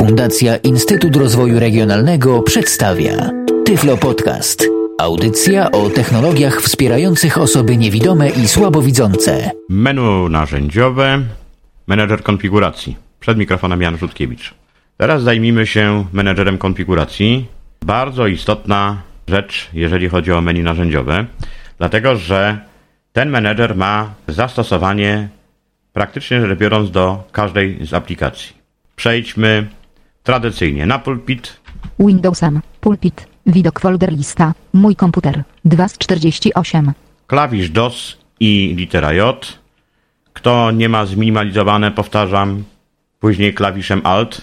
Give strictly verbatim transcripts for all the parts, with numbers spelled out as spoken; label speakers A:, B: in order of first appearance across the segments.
A: Fundacja Instytut Rozwoju Regionalnego przedstawia Tyflo Podcast. Audycja o technologiach wspierających osoby niewidome i słabowidzące.
B: Menu narzędziowe, menedżer konfiguracji. Przed mikrofonem Jan Rzutkiewicz. Teraz zajmijmy się menedżerem konfiguracji. Bardzo istotna rzecz, jeżeli chodzi o menu narzędziowe, dlatego że ten menedżer ma zastosowanie praktycznie rzecz biorąc do każdej z aplikacji. Przejdźmy tradycyjnie na pulpit.
C: Windowsem, pulpit, widok folder lista, mój komputer, dwa z czterdzieści osiem.
B: Klawisz D O S i litera J. Kto nie ma zminimalizowane, powtarzam, później klawiszem Alt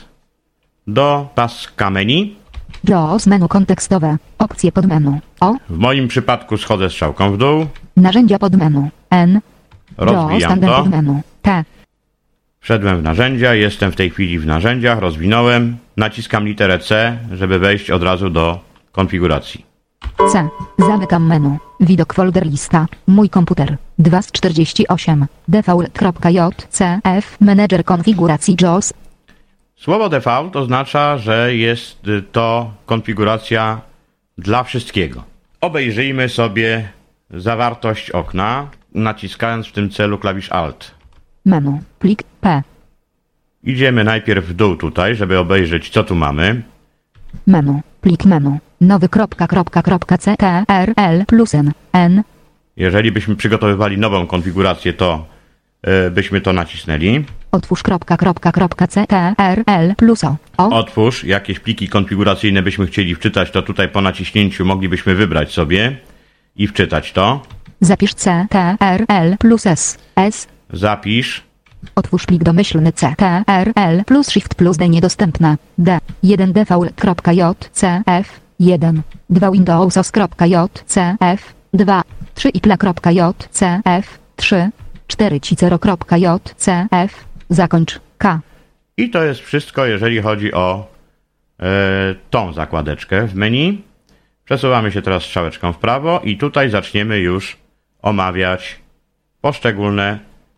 B: do taska menu.
C: D O S menu kontekstowe, opcje podmenu, O.
B: W moim przypadku schodzę strzałką w dół.
C: Narzędzia podmenu, N.
B: Rozwijam to.
C: Podmenu, T.
B: Wszedłem w narzędzia, jestem w tej chwili w narzędziach, rozwinąłem. Naciskam literę C, żeby wejść od razu do konfiguracji.
C: C. Zamykam menu. Widok folder lista. Mój komputer. dwa z czterdzieści osiem. Default.j C F. Menedżer konfiguracji J O S.
B: Słowo default oznacza, że jest to konfiguracja dla wszystkiego. Obejrzyjmy sobie zawartość okna, naciskając w tym celu klawisz Alt.
C: Menu. Plik P.
B: Idziemy najpierw w dół tutaj, żeby obejrzeć, co tu mamy.
C: Menu. Plik menu. Nowy kropka kropka kropka C T R L plus N N.
B: Jeżeli byśmy przygotowywali nową konfigurację, to yy, byśmy to nacisnęli.
C: Otwórz kropka kropka kropka C T R L plus O. O.
B: Otwórz. Jakieś pliki konfiguracyjne byśmy chcieli wczytać, to tutaj po naciśnięciu moglibyśmy wybrać sobie i wczytać to.
C: Zapisz C T R L plus S. S.
B: Zapisz.
C: Otwórz plik domyślny C T R L plus Shift plus D niedostępne. D. jeden default.j C F. jeden. dwa windowsos.j C F. dwa. trzy ipla.j C F. trzy. cztery cicero.j C F. Zakończ. K.
B: I to jest wszystko, jeżeli chodzi o e, tą zakładeczkę w menu. Przesuwamy się teraz strzałeczką w prawo i tutaj zaczniemy już omawiać poszczególne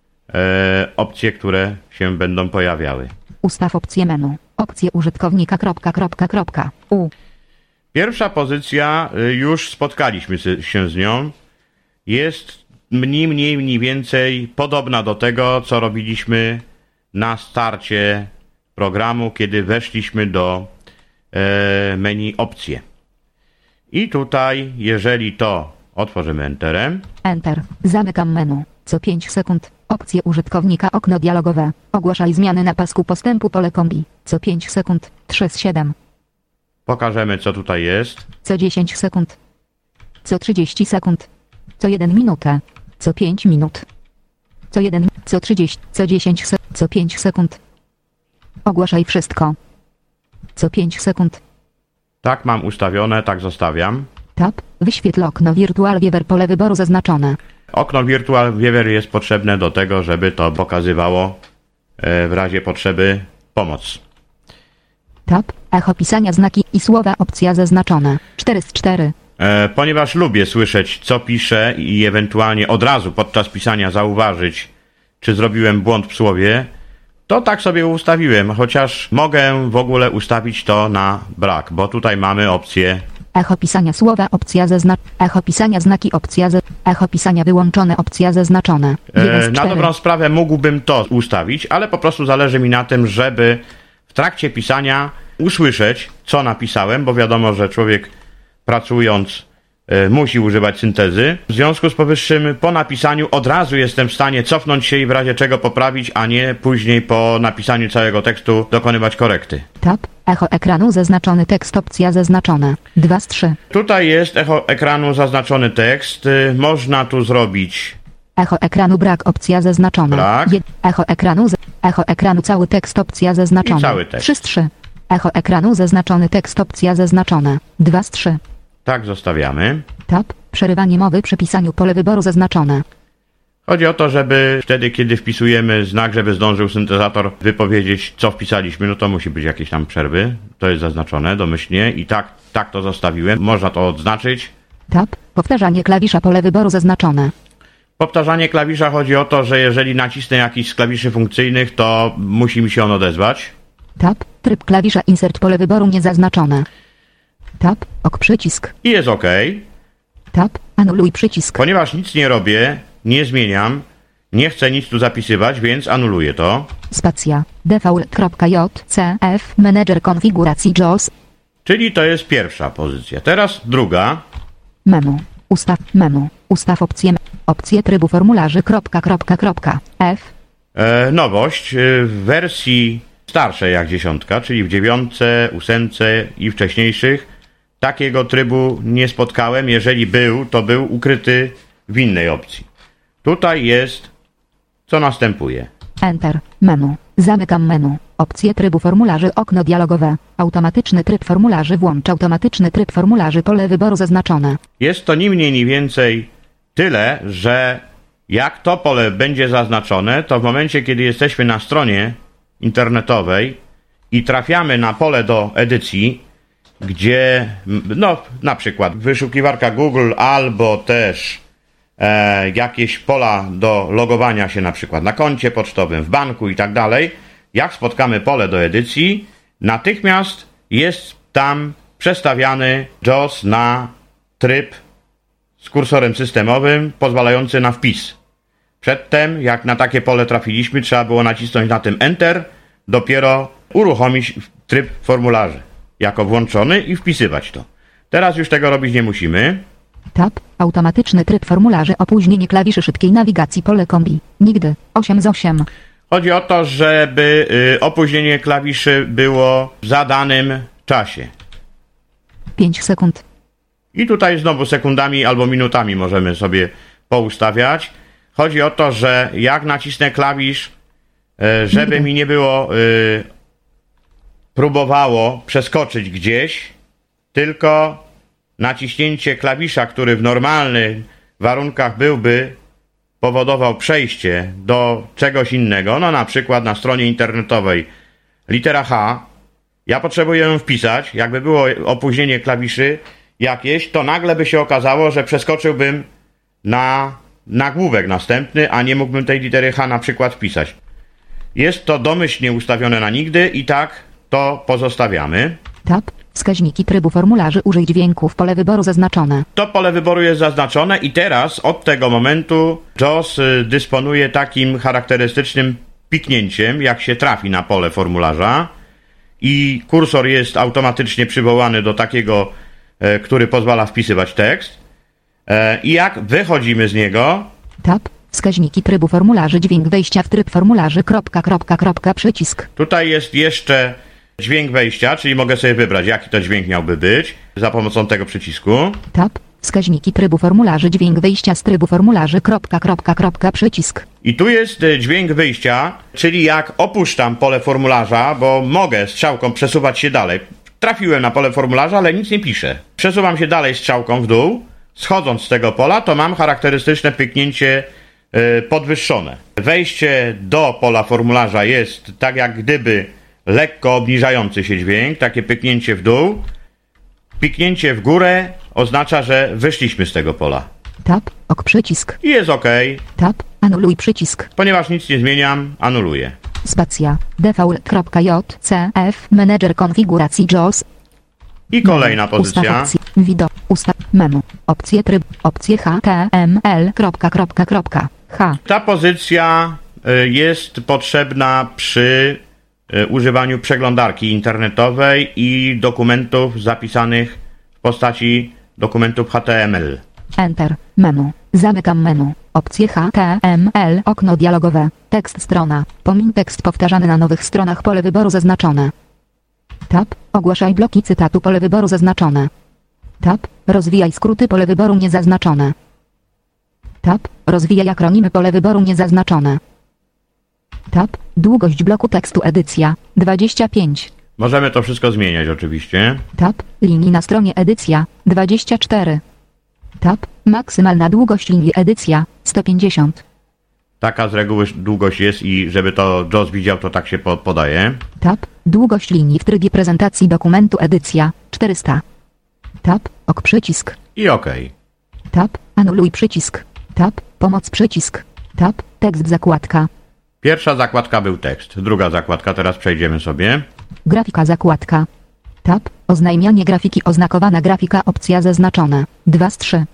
B: e, opcje, które się będą pojawiały.
C: Ustaw opcję menu. Opcje użytkownika. Kropka, kropka, kropka. U.
B: Pierwsza pozycja, już spotkaliśmy się z nią, jest mniej, mniej, mniej więcej podobna do tego, co robiliśmy na starcie programu, kiedy weszliśmy do e, menu opcje. I tutaj, jeżeli to otworzymy Enterem.
C: Enter. Zamykam menu. Co pięć sekund. Opcje użytkownika. Okno dialogowe. Ogłaszaj zmiany na pasku postępu. Pole kombi. Co pięć sekund. trzy z siedem.
B: Pokażemy, co tutaj jest.
C: Co dziesięć sekund. Co trzydzieści sekund. Co jeden minutę. Co pięć minut. Co jeden. Co trzydzieści. Co dziesięć sekund. Co pięć sekund. Ogłaszaj wszystko. Co pięć sekund.
B: Tak mam ustawione, tak zostawiam.
C: Tab. Wyświetl okno Virtual Viewer. Pole wyboru zaznaczone.
B: Okno Virtual Viewer jest potrzebne do tego, żeby to pokazywało w razie potrzeby pomoc.
C: Tab. Echo pisania znaki i słowa. Opcja zaznaczone. cztery z czterech.
B: E, ponieważ lubię słyszeć, co piszę i ewentualnie od razu podczas pisania zauważyć, czy zrobiłem błąd w słowie, to tak sobie ustawiłem, chociaż mogę w ogóle ustawić to na brak, bo tutaj mamy opcję
C: echo pisania słowa. Opcja zaznaczona. Echo pisania znaki. Opcja za... Echo pisania wyłączone. Opcja zaznaczone.
B: E, na dobrą sprawę mógłbym to ustawić, ale po prostu zależy mi na tym, żeby w trakcie pisania usłyszeć, co napisałem, bo wiadomo, że człowiek pracując y, musi używać syntezy. W związku z powyższym po napisaniu od razu jestem w stanie cofnąć się i w razie czego poprawić, a nie później po napisaniu całego tekstu dokonywać korekty.
C: Tab. Echo ekranu. Zaznaczony tekst. Opcja zaznaczone. dwa z trzech.
B: Tutaj jest echo ekranu zaznaczony tekst. Y, można tu zrobić
C: echo ekranu. Brak. Opcja zaznaczona.
B: Brak.
C: Je... Echo ekranu. Z... Echo ekranu. Cały tekst. Opcja zaznaczona.
B: I cały tekst.
C: trzy z trzech. Echo ekranu. Zaznaczony tekst. Opcja zaznaczona. dwa z trzech.
B: Tak zostawiamy.
C: Tab. Przerywanie mowy przy pisaniu. Pole wyboru zaznaczone.
B: Chodzi o to, żeby wtedy, kiedy wpisujemy znak, żeby zdążył syntezator wypowiedzieć, co wpisaliśmy, no to musi być jakieś tam przerwy. To jest zaznaczone domyślnie i tak, tak to zostawiłem. Można to odznaczyć.
C: Tab. Powtarzanie klawisza. Pole wyboru zaznaczone.
B: Powtarzanie klawisza chodzi o to, że jeżeli nacisnę jakiś z klawiszy funkcyjnych, to musi mi się on odezwać.
C: Tab. Tryb klawisza insert pole wyboru niezaznaczone. Tab, ok przycisk.
B: I jest OK.
C: Tab, anuluj przycisk.
B: Ponieważ nic nie robię, nie zmieniam, nie chcę nic tu zapisywać, więc anuluję to.
C: Spacja, default.jcf, menedżer konfiguracji JAWS.
B: Czyli to jest pierwsza pozycja. Teraz druga.
C: Menu, ustaw, menu, ustaw opcje, opcje trybu formularzy, kropka, kropka, kropka, F.
B: E, nowość e, w wersji starszej jak dziesiątka, czyli w dziewiątce, ósemce i wcześniejszych, takiego trybu nie spotkałem. Jeżeli był, to był ukryty w innej opcji. Tutaj jest, co następuje.
C: Enter, menu, zamykam menu, opcje trybu formularzy, okno dialogowe, automatyczny tryb formularzy, włącz automatyczny tryb formularzy, pole wyboru zaznaczone.
B: Jest to ni mniej, ni więcej tyle, że jak to pole będzie zaznaczone, to w momencie, kiedy jesteśmy na stronie internetowej i trafiamy na pole do edycji, gdzie, no, na przykład wyszukiwarka Google albo też e, jakieś pola do logowania się na przykład na koncie pocztowym, w banku i tak dalej, jak spotkamy pole do edycji, natychmiast jest tam przestawiany JAWS na tryb z kursorem systemowym pozwalający na wpis. Przedtem, jak na takie pole trafiliśmy, trzeba było nacisnąć na tym Enter, dopiero uruchomić tryb formularzy jako włączony i wpisywać to. Teraz już tego robić nie musimy.
C: Tab, automatyczny tryb formularzy, opóźnienie klawiszy szybkiej nawigacji, pole kombi, nigdy, osiem z osiem.
B: Chodzi o to, żeby y, opóźnienie klawiszy było w zadanym czasie.
C: pięć sekund.
B: I tutaj znowu sekundami albo minutami możemy sobie poustawiać. Chodzi o to, że jak nacisnę klawisz, y, żeby mi nie było y, próbowało przeskoczyć gdzieś, tylko naciśnięcie klawisza, który w normalnych warunkach byłby powodował przejście do czegoś innego, no na przykład na stronie internetowej litera H, ja potrzebuję ją wpisać, jakby było opóźnienie klawiszy jakieś, to nagle by się okazało, że przeskoczyłbym na nagłówek następny, a nie mógłbym tej litery H na przykład wpisać. Jest to domyślnie ustawione na nigdy i tak to pozostawiamy.
C: Tab, wskaźniki trybu formularzy, użyj dźwięków, pole wyboru zaznaczone.
B: To pole wyboru jest zaznaczone i teraz od tego momentu JAWS dysponuje takim charakterystycznym piknięciem, jak się trafi na pole formularza i kursor jest automatycznie przywołany do takiego, e, który pozwala wpisywać tekst e, i jak wychodzimy z niego.
C: Tab, wskaźniki trybu formularzy, dźwięk wejścia w tryb formularzy, kropka, kropka, kropka, przycisk.
B: Tutaj jest jeszcze dźwięk wejścia, czyli mogę sobie wybrać, jaki to dźwięk miałby być za pomocą tego przycisku.
C: Tab, wskaźniki trybu formularzy, dźwięk wyjścia z trybu formularzy, kropka, kropka, kropka, przycisk.
B: I tu jest dźwięk wyjścia, czyli jak opuszczam pole formularza, bo mogę strzałką przesuwać się dalej. Trafiłem na pole formularza, ale nic nie piszę. Przesuwam się dalej strzałką w dół, schodząc z tego pola, to mam charakterystyczne pyknięcie yy, podwyższone. Wejście do pola formularza jest tak jak gdyby lekko obniżający się dźwięk, takie pyknięcie w dół. Piknięcie w górę oznacza, że wyszliśmy z tego pola.
C: Tab, ok przycisk.
B: I jest OK.
C: Tab, anuluj przycisk.
B: Ponieważ nic nie zmieniam, anuluję.
C: Spacja, default.jcf, menedżer konfiguracji JAWS.
B: I kolejna
C: Ustaw
B: pozycja.
C: opcje, widok, ustaw, menu, opcje tryb, opcje H T M L, kropka, kropka, kropka, H.
B: Ta pozycja y, jest potrzebna przy y, używaniu przeglądarki internetowej i dokumentów zapisanych w postaci dokumentów H T M L.
C: Enter, menu, zamykam menu, opcje H T M L, okno dialogowe, tekst strona, pomin tekst powtarzany na nowych stronach, pole wyboru zaznaczone. Tab, ogłaszaj bloki cytatu, pole wyboru zaznaczone. Tab, rozwijaj skróty, pole wyboru niezaznaczone. Tab, rozwijaj akronimy, pole wyboru niezaznaczone. Tab, długość bloku tekstu, edycja, dwadzieścia pięć.
B: Możemy to wszystko zmieniać oczywiście.
C: Tab, linii na stronie, edycja, dwadzieścia cztery. Tab, maksymalna długość linii, edycja, sto pięćdziesiąt.
B: Taka z reguły długość jest i żeby to JAWS widział, to tak się po- podaje.
C: Tab, długość linii w trybie prezentacji dokumentu, edycja, czterysta. Tab, ok przycisk.
B: I OK.
C: Tab, anuluj przycisk. Tab, pomoc przycisk. Tab, tekst zakładka.
B: Pierwsza zakładka był tekst. Druga zakładka, teraz przejdziemy sobie.
C: Grafika zakładka. Tab. Oznajmianie grafiki oznakowana grafika opcja zaznaczona. dwa z trzy.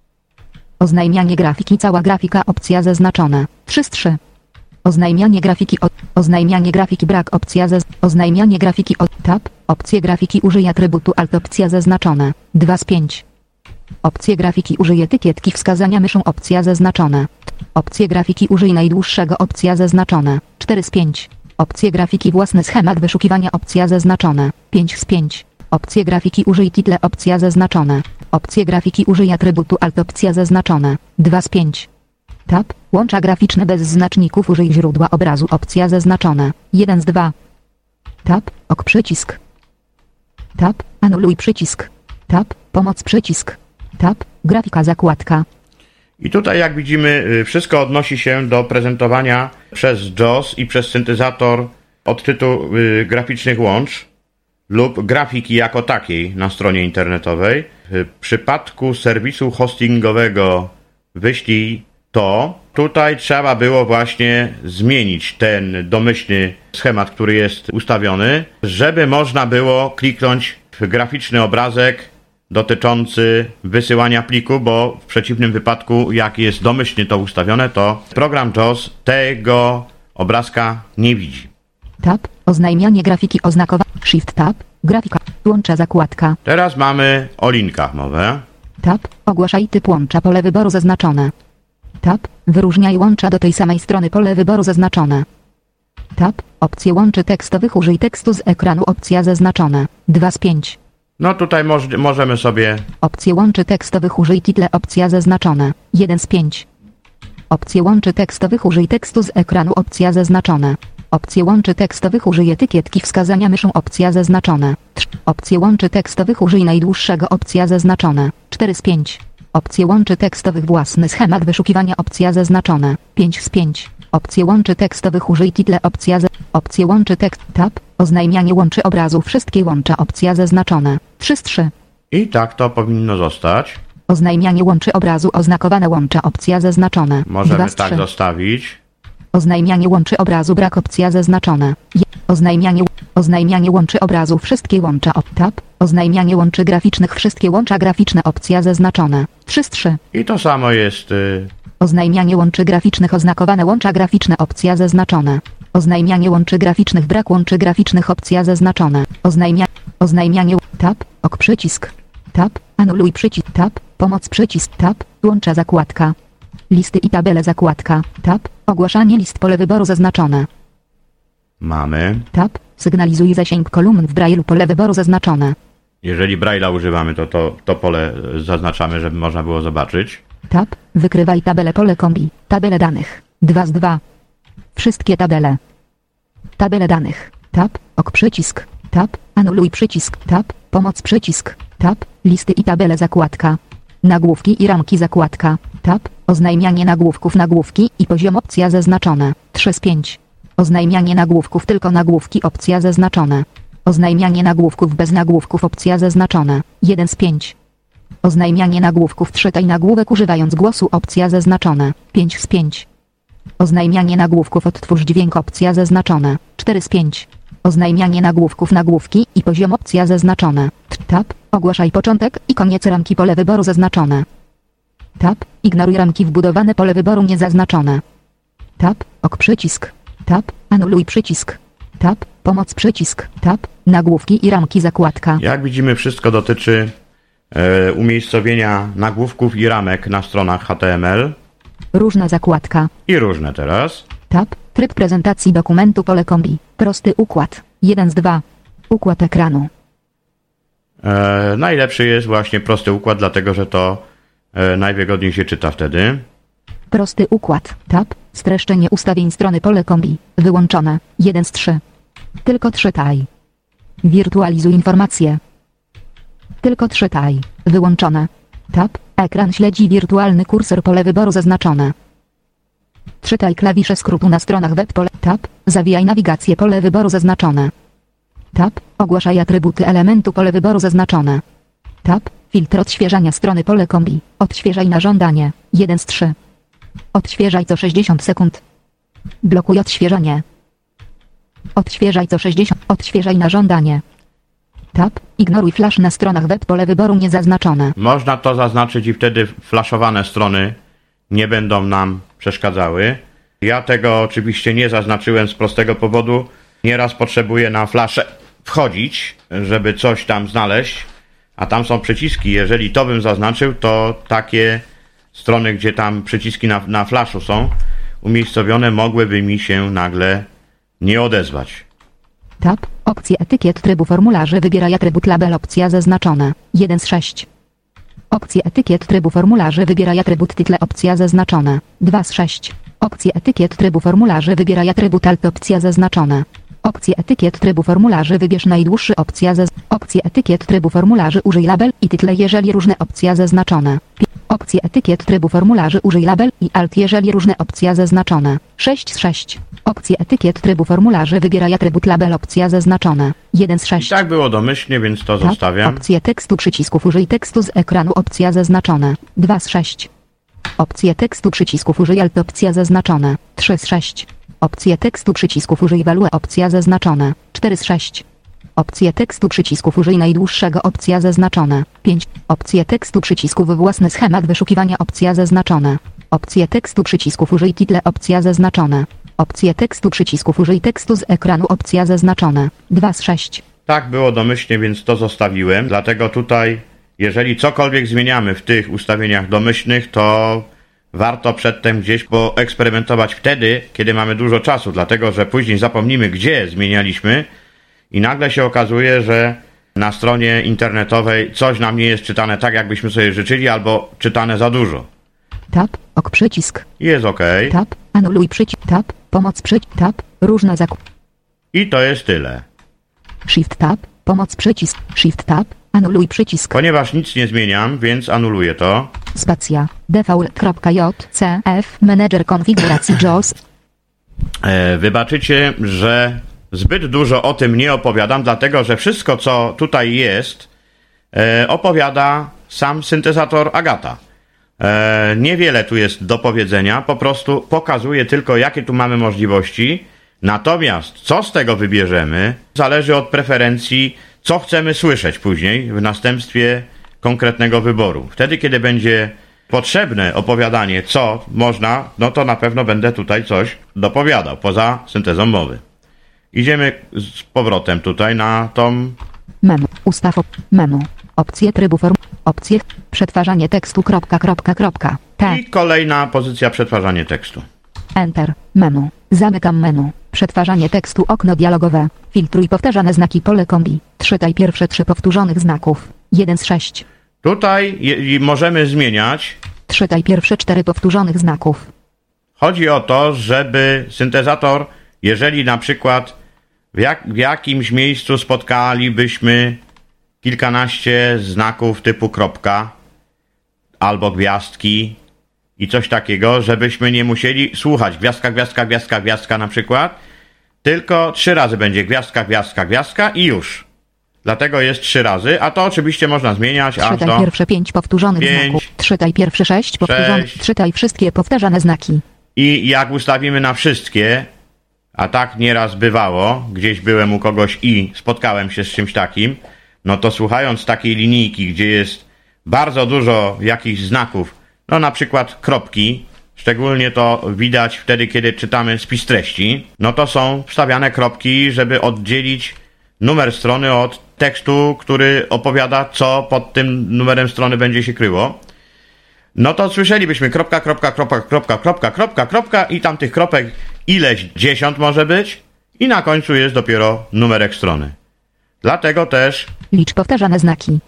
C: Oznajmianie grafiki cała grafika opcja zaznaczona. trzy z trzy. Oznajmianie grafiki o, oznajmianie grafiki brak opcja zaz, oznajmianie grafiki o, tab. Opcje grafiki użyj atrybutu alt opcja zaznaczona. dwa z pięć. Opcje grafiki użyj etykietki wskazania myszą opcja zaznaczona. Opcje grafiki użyj najdłuższego opcja zaznaczona. cztery z pięć. Opcje grafiki własny schemat wyszukiwania opcja zaznaczona. pięć z pięć. Opcje grafiki użyj title opcja zaznaczona. Opcje grafiki użyj atrybutu alt opcja zaznaczona. dwa z pięć. Tab. Łącza graficzne bez znaczników użyj źródła obrazu opcja zaznaczona. jeden z dwa. Tab. Ok przycisk. Tab. Anuluj przycisk. Tab. Pomoc przycisk. Tab. Grafika zakładka.
B: I tutaj, jak widzimy, wszystko odnosi się do prezentowania przez JAWS i przez syntezator odczytu graficznych łącz lub grafiki jako takiej na stronie internetowej. W przypadku serwisu hostingowego wyślij to, tutaj trzeba było właśnie zmienić ten domyślny schemat, który jest ustawiony, żeby można było kliknąć w graficzny obrazek dotyczący wysyłania pliku, bo w przeciwnym wypadku, jak jest domyślnie to ustawione, to program JAWS tego obrazka nie widzi.
C: Tab. Oznajmianie grafiki oznakowane. Shift Tab. Grafika. Łącza zakładka.
B: Teraz mamy o linkach mowę.
C: Tab. Ogłaszaj typ łącza pole wyboru zaznaczone. Tab. Wyróżniaj łącza do tej samej strony pole wyboru zaznaczone. Tab. Opcje łączy tekstowych użyj tekstu z ekranu opcja zaznaczona. dwa z pięć.
B: No tutaj moż, możemy sobie...
C: Opcje łączy tekstowych użyj title opcja zaznaczona. jeden z pięć. Opcje łączy tekstowych użyj tekstu z ekranu opcja zaznaczona. Opcje łączy tekstowych użyj etykietki wskazania myszą opcja zaznaczona. trzy. Opcje łączy tekstowych użyj najdłuższego opcja zaznaczona. cztery z pięć. Opcje łączy tekstowych własny schemat wyszukiwania opcja zaznaczona. pięć z pięć. Opcje łączy tekstowych użyj title opcja z... Opcje łączy tekst tab. Oznajmianie łączy obrazu wszystkie łącza opcja zaznaczona. trzy z trzy.
B: I tak to powinno zostać.
C: Oznajmianie łączy obrazu oznakowane łącza opcja zaznaczona.
B: Możemy tak zostawić.
C: Oznajmianie łączy obrazu brak opcja zaznaczona. Je, oznajmianie, oznajmianie łączy obrazu wszystkie łącza op tab. Oznajmianie łączy graficznych wszystkie łącza graficzne opcja zaznaczona. trzy z trzy.
B: I to samo jest... Y...
C: Oznajmianie łączy graficznych oznakowane łącza graficzne opcja zaznaczona. Oznajmianie łączy graficznych brak łączy graficznych opcja zaznaczona. Oznajmia, oznajmianie tab. Ok przycisk. Tab. Anuluj przycisk. Tab. Pomoc przycisk. Tab. Łącza zakładka. Listy i tabele zakładka. Tab. Ogłaszanie list pole wyboru zaznaczone.
B: Mamy.
C: Tab. Sygnalizuj zasięg kolumn w Braille'u pole wyboru zaznaczone.
B: Jeżeli Braille'a używamy, to, to to pole zaznaczamy, żeby można było zobaczyć.
C: Tab. Wykrywaj tabelę pole kombi. Tabele danych. dwa z dwa. Wszystkie tabele. Tabele danych. Tab. Ok przycisk. Tab. Anuluj przycisk. Tab. Pomoc przycisk. Tab. Listy i tabele zakładka. Nagłówki i ramki zakładka. Tab. Oznajmianie nagłówków nagłówki i poziom opcja zaznaczone. trzy z pięć. Oznajmianie nagłówków tylko nagłówki opcja zaznaczone. Oznajmianie nagłówków bez nagłówków opcja zaznaczona. jeden z pięć. Oznajmianie nagłówków czytaj nagłówek używając głosu opcja zaznaczona. pięć z pięć. Oznajmianie nagłówków odtwórz dźwięk opcja zaznaczona. cztery z pięć. Oznajmianie nagłówków nagłówki i poziom opcja zaznaczona. Tab. Ogłaszaj początek i koniec ramki pole wyboru zaznaczone. Tab. Ignoruj ramki wbudowane pole wyboru niezaznaczone. Tab. Ok przycisk. Tab. Anuluj przycisk. Tab. Pomoc przycisk. Tab. Nagłówki i ramki zakładka.
B: Jak widzimy, wszystko dotyczy e, umiejscowienia nagłówków i ramek na stronach H T M L.
C: Różna zakładka.
B: I różne teraz.
C: Tab. Tryb prezentacji dokumentu pole kombi. Prosty układ. jeden z dwa. Układ ekranu.
B: E, najlepszy jest właśnie prosty układ, dlatego że to e, najwygodniej się czyta wtedy.
C: Prosty układ. Tab. Streszczenie ustawień strony pole kombi. Wyłączone. jeden z trzy. Tylko czytaj. Wirtualizuj informacje. Tylko czytaj. Wyłączone. Tab. Ekran śledzi wirtualny kursor pole wyboru zaznaczone. Czytaj klawisze skrótu na stronach web pole. Tab. Zawijaj nawigację pole wyboru zaznaczone. Tab. Ogłaszaj atrybuty elementu pole wyboru zaznaczone. Tab. Filtr odświeżania strony pole kombi. Odświeżaj na żądanie. jeden z trzy. Odświeżaj co sześćdziesiąt sekund. Blokuj odświeżanie. Odświeżaj co sześćdziesiąt. Odświeżaj na żądanie. Tab. Ignoruj flash na stronach web. Pole wyboru niezaznaczone.
B: Można to zaznaczyć i wtedy flaszowane strony nie będą nam przeszkadzały. Ja tego oczywiście nie zaznaczyłem z prostego powodu. Nieraz potrzebuję na flaszę wchodzić, żeby coś tam znaleźć, a tam są przyciski. Jeżeli to bym zaznaczył, to takie strony, gdzie tam przyciski na, na flaszu są umiejscowione, mogłyby mi się nagle nie odezwać.
C: Tab. Opcje etykiet trybu formularzy. Wybieraj atrybut label. Opcja zaznaczona. jeden z sześciu. Opcje etykiet trybu formularzy. Wybieraj atrybut tytle. Opcja zaznaczona. dwa z sześciu. Opcje etykiet trybu formularzy. Wybieraj atrybut alt. Opcja zaznaczona. Opcje etykiet trybu formularzy. Wybierz najdłuższy. Opcja zaz... Opcje etykiet trybu formularzy. Użyj label i tytle, jeżeli różne. Opcja zaznaczona. Opcje etykiet trybu formularzy. Użyj label i alt, jeżeli różne. Opcja zaznaczona. sześć z sześciu. Opcje etykiet trybu formularzy. Wybieraj atrybut label. Opcja zaznaczona. jeden z sześciu.
B: I tak było domyślnie, więc to
C: Tab.
B: zostawiam.
C: Opcje tekstu przycisków. Użyj tekstu z ekranu. Opcja zaznaczona. dwa z sześciu. Opcje tekstu przycisków. Użyj alt. Opcja zaznaczona. trzy z sześciu. Opcje tekstu przycisków. Użyj value. Opcja zaznaczona. cztery z sześciu. Opcje tekstu przycisków. Użyj najdłuższego. Opcja zaznaczona. pięć. Opcje tekstu przycisków. Własny schemat wyszukiwania. Opcja zaznaczona. Opcje tekstu przycisków. Użyj title. Opcja zaznaczona. Opcje tekstu przycisków. Użyj tekstu z ekranu. Opcja zaznaczona. dwa z sześciu.
B: Tak było domyślnie, więc to zostawiłem. Dlatego tutaj, jeżeli cokolwiek zmieniamy w tych ustawieniach domyślnych, to warto przedtem gdzieś poeksperymentować wtedy, kiedy mamy dużo czasu, dlatego że później zapomnimy, gdzie zmienialiśmy i nagle się okazuje, że na stronie internetowej coś nam nie jest czytane tak, jakbyśmy sobie życzyli, albo czytane za dużo.
C: Tab. Ok przycisk.
B: Jest OK.
C: Tab. Anuluj przycisk. Tab. Pomoc przycisk. Tab. Różne zakup.
B: I to jest tyle.
C: Shift tab. Pomoc przycisk. Shift tab. Anuluj przycisk.
B: Ponieważ nic nie zmieniam, więc anuluję to.
C: Spacja. default.jcf. Manager konfiguracji J O S.
B: E, wybaczycie, że zbyt dużo o tym nie opowiadam, dlatego że wszystko, co tutaj jest, e, opowiada sam syntezator Agata. E, niewiele tu jest do powiedzenia, po prostu pokazuję tylko, jakie tu mamy możliwości. Natomiast co z tego wybierzemy, zależy od preferencji, co chcemy słyszeć później w następstwie konkretnego wyboru. Wtedy, kiedy będzie potrzebne opowiadanie, co można, no to na pewno będę tutaj coś dopowiadał, poza syntezą mowy. Idziemy z powrotem tutaj na tą...
C: Menu. Ustaw. Op menu. Opcje trybu form. Opcje. Przetwarzanie tekstu. Kropka, kropka, kropka. T.
B: I kolejna pozycja przetwarzanie tekstu.
C: Enter. Menu. Zamykam menu. Przetwarzanie tekstu. Okno dialogowe. Filtruj powtarzane znaki. Pole kombi. Czytaj pierwsze trzy powtórzonych znaków. jeden z sześciu.
B: Tutaj je, możemy zmieniać.
C: Czytaj pierwsze cztery powtórzonych znaków.
B: Chodzi o to, żeby syntezator, jeżeli na przykład w, jak, w jakimś miejscu spotkalibyśmy kilkanaście znaków typu kropka albo gwiazdki i coś takiego, żebyśmy nie musieli słuchać gwiazdka, gwiazdka, gwiazdka, gwiazdka na przykład, tylko trzy razy będzie gwiazdka, gwiazdka, gwiazdka i już. Dlatego jest trzy razy, a to oczywiście można zmieniać aż
C: Czytaj
B: do...
C: pierwsze pięć powtórzonych
B: pięć,
C: znaków. Czytaj pierwsze sześć powtórzonych.
B: sześć.
C: Czytaj wszystkie powtarzane znaki.
B: I jak ustawimy na wszystkie, a tak nieraz bywało, gdzieś byłem u kogoś i spotkałem się z czymś takim, no to słuchając takiej linijki, gdzie jest bardzo dużo jakichś znaków, no na przykład kropki, szczególnie to widać wtedy, kiedy czytamy spis treści, no to są wstawiane kropki, żeby oddzielić numer strony od tekstu, który opowiada, co pod tym numerem strony będzie się kryło. No to słyszelibyśmy kropka, kropka, kropka, kropka, kropka, kropka, kropka i tam tych kropek ileś dziesiąt może być i na końcu jest dopiero numerek strony. Dlatego też...
C: Licz powtarzane znaki.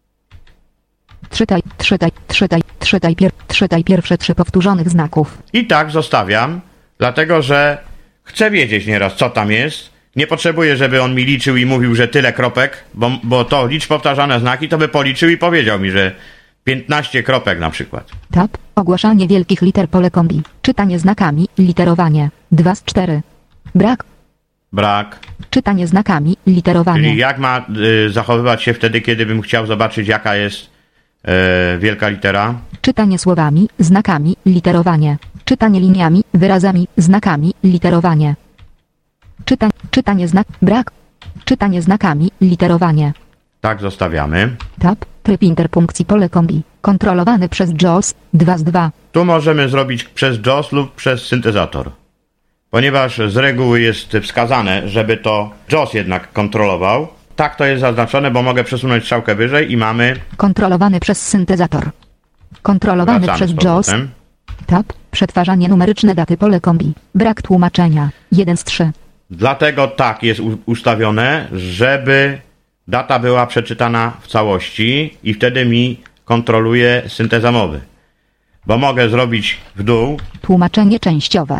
C: Czytaj, czytaj, czytaj, czytaj, pier czytaj pierwsze trzy powtórzonych znaków.
B: I tak zostawiam, dlatego że chcę wiedzieć nieraz, co tam jest. Nie potrzebuję, żeby on mi liczył i mówił, że tyle kropek, bo, bo to licz powtarzane znaki, to by policzył i powiedział mi, że piętnaście kropek na przykład.
C: Tab. Ogłaszanie wielkich liter. Pole kombi. Czytanie znakami. Literowanie. dwa z czterech. Brak.
B: Brak.
C: Czytanie znakami. Literowanie.
B: Czyli jak ma y, zachowywać się wtedy, kiedy bym chciał zobaczyć, jaka jest y, wielka litera?
C: Czytanie słowami, znakami, literowanie. Czytanie liniami, wyrazami, znakami, literowanie. Czytań, czytanie znak, brak. Czytanie znakami, literowanie.
B: Tak zostawiamy.
C: Tab, tryb interpunkcji pole kombi. Kontrolowany przez JAWS, dwa z dwa.
B: Tu możemy zrobić przez JAWS lub przez syntezator. Ponieważ z reguły jest wskazane, żeby to JAWS jednak kontrolował. Tak to jest zaznaczone, bo mogę przesunąć strzałkę wyżej i mamy...
C: Kontrolowany przez syntezator. Kontrolowany
B: Wracamy
C: przez
B: z
C: JAWS.
B: powrotem.
C: Tab, przetwarzanie numeryczne daty pole kombi. Brak tłumaczenia, jeden z trzy.
B: Dlatego tak jest u- ustawione, żeby data była przeczytana w całości i wtedy mi kontroluje synteza mowy. Bo mogę zrobić w dół
C: Tłumaczenie częściowe.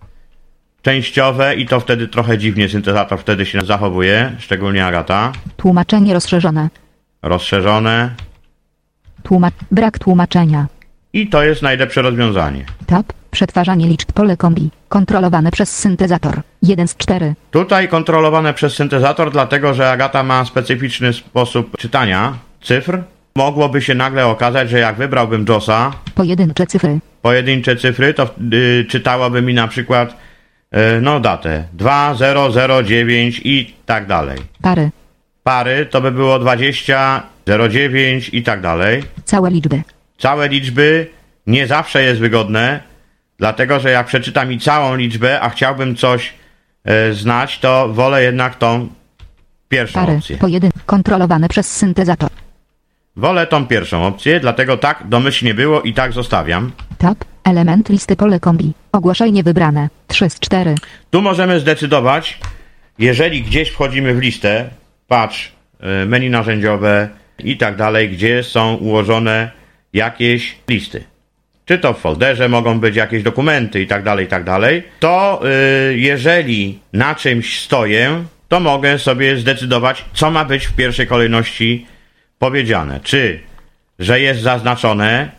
B: częściowe i to wtedy trochę dziwnie syntezator wtedy się zachowuje, szczególnie Agata.
C: Tłumaczenie rozszerzone.
B: Rozszerzone
C: Tłumacz, brak tłumaczenia.
B: i to jest najlepsze rozwiązanie.
C: Tab, przetwarzanie liczb pole kombi. Kontrolowane przez syntezator, jeden z cztery.
B: Tutaj kontrolowane przez syntezator, dlatego że Agata ma specyficzny sposób czytania cyfr. Mogłoby się nagle okazać, że jak wybrałbym JAWSa,
C: Pojedyncze cyfry.
B: pojedyncze cyfry, to y, czytałoby mi na przykład y, no datę dwa zero zero dziewięć i tak dalej.
C: Pary.
B: Pary to by było dwadzieścia zero dziewięć i tak dalej.
C: Całe liczby.
B: Całe liczby nie zawsze jest wygodne, dlatego że jak przeczyta mi całą liczbę, a chciałbym coś y, znać, to wolę jednak tą pierwszą
C: Pary.
B: opcję.
C: Pojedyn. Kontrolowane przez syntezator.
B: Wolę tą pierwszą opcję, dlatego tak domyślnie było i tak zostawiam.
C: Tab, element listy pole kombi. Ogłoszenie wybrane, trzy z cztery.
B: Tu możemy zdecydować, jeżeli gdzieś wchodzimy w listę, patrz, y, menu narzędziowe i tak dalej, gdzie są ułożone jakieś listy. Czy to w folderze mogą być jakieś dokumenty i tak dalej, i tak dalej. To y, jeżeli na czymś stoję, to mogę sobie zdecydować, co ma być w pierwszej kolejności powiedziane. Czy, że jest zaznaczone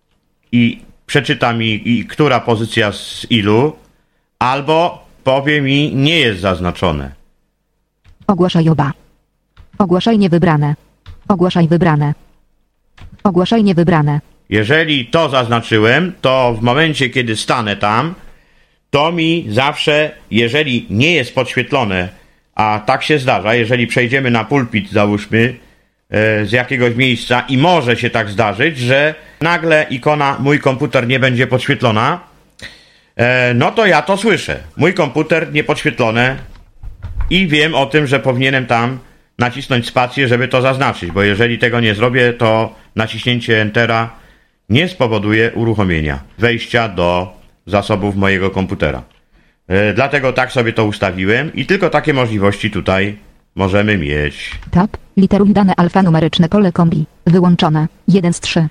B: i przeczyta mi, i która pozycja z ilu, albo powie mi, nie jest zaznaczone.
C: Ogłaszaj oba. Ogłaszaj niewybrane. Ogłaszaj wybrane. Ogłaszaj niewybrane.
B: Jeżeli to zaznaczyłem, to w momencie, kiedy stanę tam, to mi zawsze, jeżeli nie jest podświetlone, a tak się zdarza, jeżeli przejdziemy na pulpit, załóżmy, e, z jakiegoś miejsca i może się tak zdarzyć, że nagle ikona mój komputer nie będzie podświetlona, e, no to ja to słyszę. Mój komputer niepodświetlone i wiem o tym, że powinienem tam nacisnąć spację, żeby to zaznaczyć, bo jeżeli tego nie zrobię, to naciśnięcie Entera nie spowoduje uruchomienia wejścia do zasobów mojego komputera. E, dlatego tak sobie to ustawiłem i tylko takie możliwości tutaj możemy mieć.
C: Tab, literuj dane alfanumeryczne pole kombi. Wyłączone, jeden z trzy.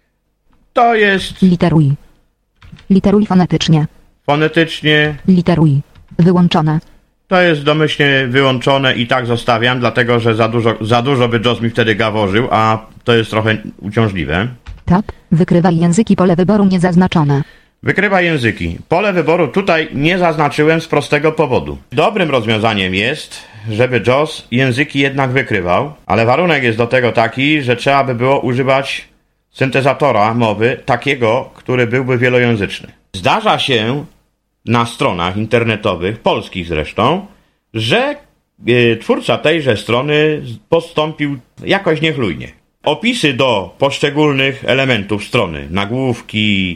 B: To jest
C: Literuj. Literuj fonetycznie.
B: fonetycznie,
C: Literuj. Wyłączone.
B: to jest domyślnie wyłączone i tak zostawiam, dlatego że za dużo, za dużo by JAWS mi wtedy gaworzył, a to jest trochę uciążliwe.
C: Tab, wykrywaj języki pole wyboru niezaznaczone.
B: Wykrywa języki. Pole wyboru tutaj nie zaznaczyłem z prostego powodu. Dobrym rozwiązaniem jest, żeby JAWS języki jednak wykrywał, ale warunek jest do tego taki, że trzeba by było używać syntezatora mowy takiego, który byłby wielojęzyczny. Zdarza się na stronach internetowych, polskich zresztą, że y, twórca tejże strony postąpił jakoś niechlujnie. Opisy do poszczególnych elementów strony, nagłówki,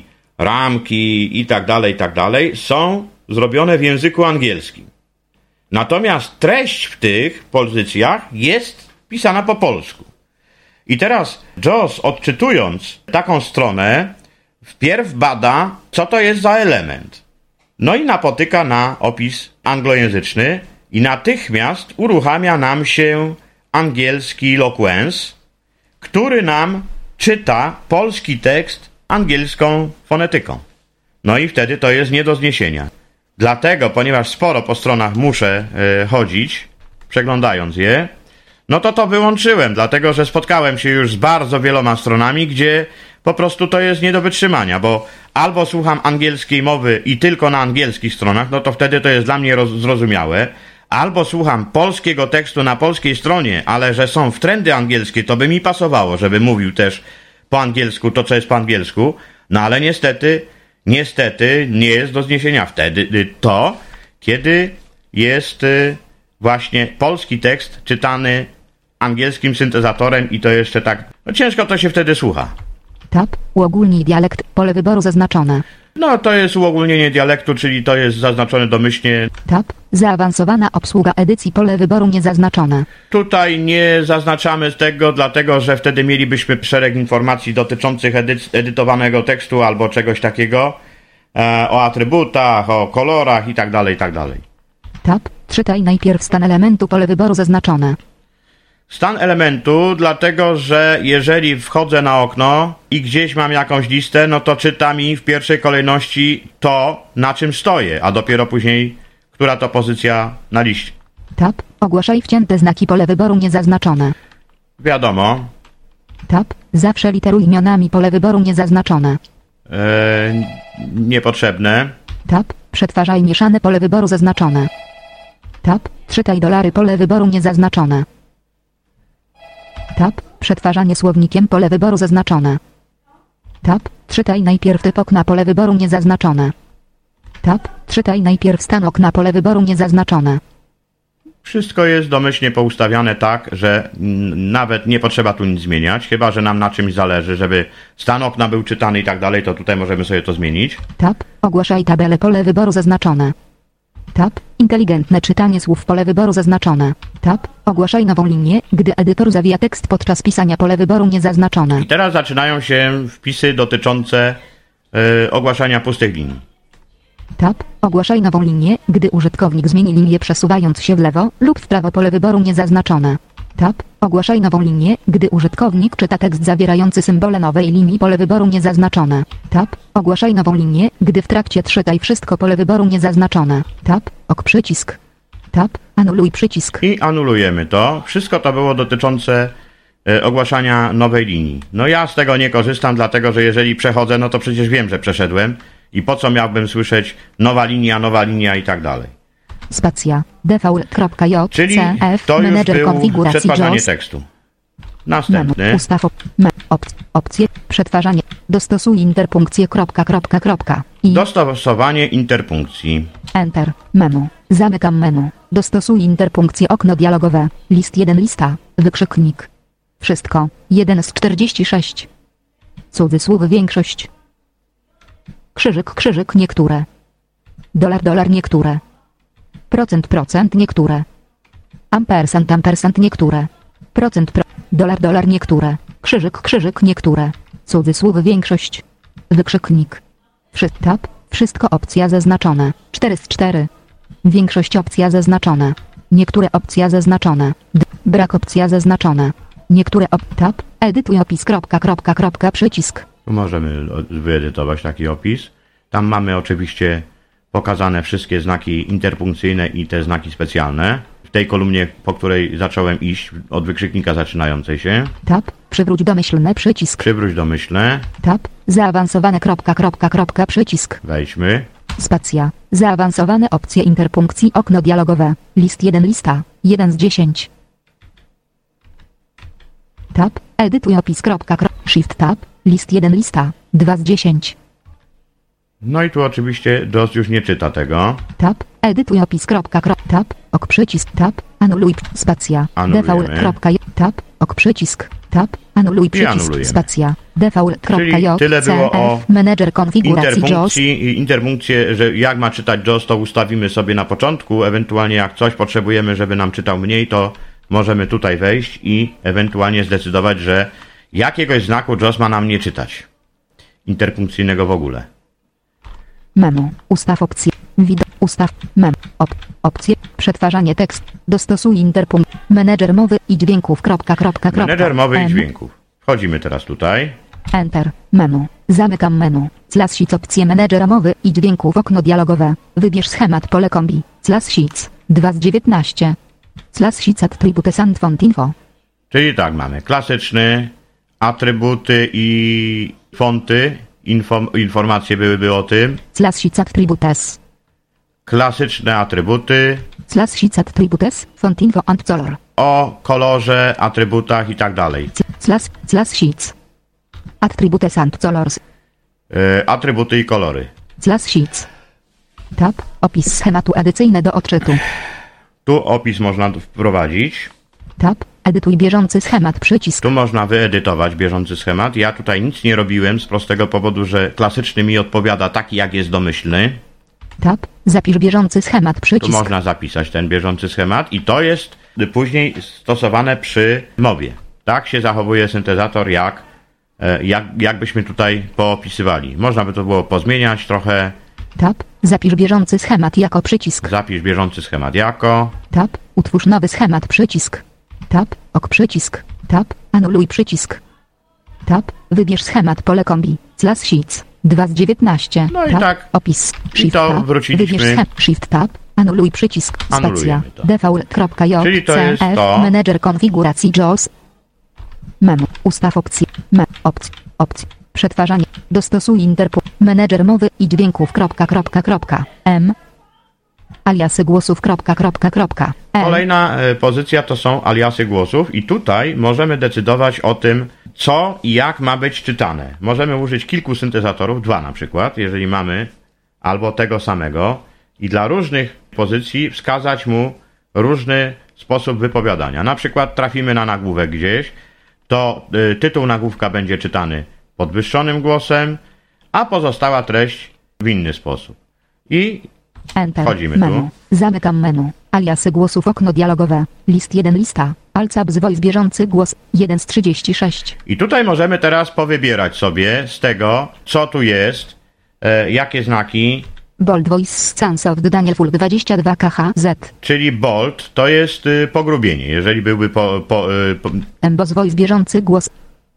B: ramki i tak dalej, i tak dalej, są zrobione w języku angielskim. Natomiast treść w tych pozycjach jest pisana po polsku. I teraz JAWS, odczytując taką stronę, wpierw bada, co to jest za element. No i napotyka na opis anglojęzyczny i natychmiast uruchamia nam się angielski Loquence, który nam czyta polski tekst angielską fonetyką. No i wtedy to jest nie do zniesienia. Dlatego, ponieważ sporo po stronach muszę y, chodzić, przeglądając je, no to to wyłączyłem, dlatego że spotkałem się już z bardzo wieloma stronami, gdzie po prostu to jest nie do wytrzymania, bo albo słucham angielskiej mowy i tylko na angielskich stronach, no to wtedy to jest dla mnie roz- zrozumiałe, albo słucham polskiego tekstu na polskiej stronie, ale że są wtrędy angielskie, to by mi pasowało, żeby mówił też po angielsku to, co jest po angielsku, no ale niestety, niestety nie jest do zniesienia wtedy to, kiedy jest y, właśnie polski tekst czytany angielskim syntezatorem i to jeszcze tak, no ciężko to się wtedy słucha.
C: Tab, uogólnij dialekt, pole wyboru zaznaczone.
B: No to jest uogólnienie dialektu, czyli to jest zaznaczone domyślnie.
C: Tab, zaawansowana obsługa edycji, pole wyboru niezaznaczone.
B: Tutaj nie zaznaczamy tego, dlatego że wtedy mielibyśmy szereg informacji dotyczących edyc- edytowanego tekstu albo czegoś takiego, e, o atrybutach, o kolorach i tak dalej, i tak dalej.
C: Tab, czytaj najpierw stan elementu, pole wyboru zaznaczone.
B: Stan elementu, dlatego że jeżeli wchodzę na okno i gdzieś mam jakąś listę, no to czyta mi w pierwszej kolejności to, na czym stoję, a dopiero później, która to pozycja na liście.
C: Tab, ogłaszaj wcięte znaki, pole wyboru niezaznaczone.
B: Wiadomo.
C: Tab, zawsze literuj imionami, pole wyboru niezaznaczone.
B: Eee, niepotrzebne.
C: Tab, przetwarzaj mieszane, pole wyboru zaznaczone. Tab, czytaj dolary, pole wyboru niezaznaczone. Tab, przetwarzanie słownikiem, pole wyboru zaznaczone. Tab, czytaj najpierw typ okna, pole wyboru niezaznaczone. Tab, czytaj najpierw stan okna, pole wyboru niezaznaczone.
B: Wszystko jest domyślnie poustawiane tak, że n- nawet nie potrzeba tu nic zmieniać, chyba że nam na czymś zależy, żeby stan okna był czytany i tak dalej, to tutaj możemy sobie to zmienić.
C: Tab, ogłaszaj tabelę, pole wyboru zaznaczone. Tab, inteligentne czytanie słów, pole wyboru zaznaczone. Tab, ogłaszaj nową linię, gdy edytor zawija tekst podczas pisania, pole wyboru niezaznaczone.
B: I teraz zaczynają się wpisy dotyczące y, ogłaszania pustych linii.
C: Tab, ogłaszaj nową linię, gdy użytkownik zmieni linię przesuwając się w lewo lub w prawo, pole wyboru niezaznaczone. Tab, ogłaszaj nową linię, gdy użytkownik czyta tekst zawierający symbole nowej linii, pole wyboru niezaznaczone. Tab, ogłaszaj nową linię, gdy w trakcie czytaj wszystko, pole wyboru niezaznaczone. Tab, ok przycisk. Tab, anuluj przycisk.
B: I anulujemy to. Wszystko to było dotyczące y, ogłaszania nowej linii. No ja z tego nie korzystam, dlatego że jeżeli przechodzę, no to przecież wiem, że przeszedłem. I po co miałbym słyszeć nowa linia, nowa linia i tak dalej.
C: Spacja, default.j,
B: Czyli
C: cf,
B: to już
C: manager
B: był
C: konfiguracji
B: przetwarzanie
C: JAWS.
B: tekstu. Następny.
C: Menu, ustaw, op, me, op, opcje, przetwarzanie, dostosuj interpunkcję, kropka, kropka, kropka, i
B: Dostosowanie interpunkcji.
C: Enter, menu, zamykam menu, dostosuj interpunkcję, okno dialogowe, list jeden, lista, wykrzyknik. Wszystko, jeden z czterdziestu sześciu. Cudzysłów większość. Krzyżyk, krzyżyk, niektóre. Dolar, dolar, niektóre. Procent, procent, niektóre. Ampersand, ampersand, niektóre. Procent, pro... Dolar, dolar, niektóre. Krzyżyk, krzyżyk, niektóre. Cudzysłów większość. Wykrzyknik. Wszy... Tab, wszystko opcja zaznaczone. cztery z czterech. Większość opcja zaznaczone. Niektóre opcja zaznaczone. D... Brak opcja zaznaczone. Niektóre op... Tab, edytuj opis, kropka, kropka, kropka, przycisk.
B: Tu możemy wyedytować taki opis. Tam mamy oczywiście pokazane wszystkie znaki interpunkcyjne i te znaki specjalne. W tej kolumnie, po której zacząłem iść, od wykrzyknika zaczynającej się.
C: Tab, przywróć domyślne, przycisk.
B: Przywróć domyślne.
C: Tab, zaawansowane, kropka, kropka, kropka, przycisk.
B: Wejdźmy.
C: Spacja, zaawansowane opcje interpunkcji, okno dialogowe, list jeden, lista, jeden z dziesięciu. Tab, edytuj opis, kropka, kropka, shift tab, list jeden, lista, dwa z dziesięciu.
B: No i tu oczywiście D O S już nie czyta tego.
C: Tab, edytuj opis, kropka, kropka, tab, ok przycisk, tab, anuluj, spacja,
B: Anulujemy.
C: default, kropka, j, tab, ok przycisk, tab, anuluj przycisk,
B: anulujemy.
C: spacja, default, kropka,
B: Czyli
C: j,
B: tyle było o
C: cf, manager konfiguracji JAWS.
B: Interpunkcji i interpunkcję, że jak ma czytać D O S, to ustawimy sobie na początku. Ewentualnie jak coś potrzebujemy, żeby nam czytał mniej, to możemy tutaj wejść i ewentualnie zdecydować, że jakiegoś znaku D O S ma nam nie czytać. Interpunkcyjnego w ogóle.
C: Menu, ustaw opcje, widok, ustaw, mem, op, opcje, przetwarzanie tekst, dostosuj interpunkt, menedżer mowy i dźwięków, kropka, kropka, kropka.
B: Menedżer mowy i
C: M,
B: dźwięków. Wchodzimy teraz tutaj.
C: Enter, menu, zamykam menu, slash sheets opcje menedżera mowy i dźwięków, okno dialogowe, wybierz schemat, pole kombi, slash sheets, dwa z dziewiętnastu, slash sheets attributes and font info.
B: Czyli tak, mamy klasyczny, atrybuty i fonty. Info, informacje byłyby o tym.
C: Slash sheets attributes,
B: Klasyczne atrybuty.
C: slash sheets attributes, font info and color,
B: O kolorze, atrybutach i tak dalej.
C: slash, slash sheets, attributes and colors,
B: Yy, atrybuty i kolory.
C: slash sheets. Tab. Opis schematu edycyjny do odczytu.
B: Tu opis można wprowadzić.
C: Tab. Edytuj bieżący schemat przycisk.
B: Tu można wyedytować bieżący schemat. Ja tutaj nic nie robiłem z prostego powodu, że klasyczny mi odpowiada taki, jak jest domyślny.
C: Tab. Zapisz bieżący schemat
B: Tu
C: przycisk.
B: można zapisać ten bieżący schemat i to jest później stosowane przy mowie. Tak się zachowuje syntezator, jak, jak, jakbyśmy tutaj poopisywali. Można by to było pozmieniać trochę.
C: Tab. Zapisz bieżący schemat jako przycisk.
B: Zapisz bieżący schemat jako.
C: Tab. Utwórz nowy schemat przycisk. Tab. Ok przycisk. Tab. Anuluj przycisk. Tab. Wybierz schemat pole kombi. Slash sheets. dwa z dziewiętnaście.
B: No i
C: tab.
B: tak.
C: Opis. Shift
B: to
C: tab.
B: wróciliśmy.
C: Wybierz schemat. Shift tab. Anuluj przycisk. Spacja.
B: Anulujemy to.
C: Default.j.
B: Czyli to jest to.
C: Manager konfiguracji J A W S. Menu. Ustaw opcje. Me. Opcje. Opcje. Przetwarzanie. Dostosuj interpu. Menedżer mowy i dźwięków. Kropka, kropka, kropka. M. Aliasy głosów. Kropka, kropka, kropka. L.
B: Kolejna e, pozycja to są aliasy głosów i tutaj możemy decydować o tym, co i jak ma być czytane. Możemy użyć kilku syntezatorów, dwa na przykład, jeżeli mamy, albo tego samego i dla różnych pozycji wskazać mu różny sposób wypowiadania. Na przykład trafimy na nagłówek gdzieś, to y, tytuł nagłówka będzie czytany podwyższonym głosem, a pozostała treść w inny sposób. I
C: Enter.
B: wchodzimy
C: Menu.
B: tu.
C: Zamykam menu. Aliasy głosów. Okno dialogowe. List jeden lista. Alcabs voice bieżący głos. jeden z trzydziestu sześciu.
B: I tutaj możemy teraz powybierać sobie z tego, co tu jest, e, jakie znaki,
C: Bold voice Scansoft Daniel Full dwadzieścia dwa K H Z.
B: czyli bold to jest y, pogrubienie. Jeżeli byłby po, po, y, po,
C: Emboss voice bieżący głos.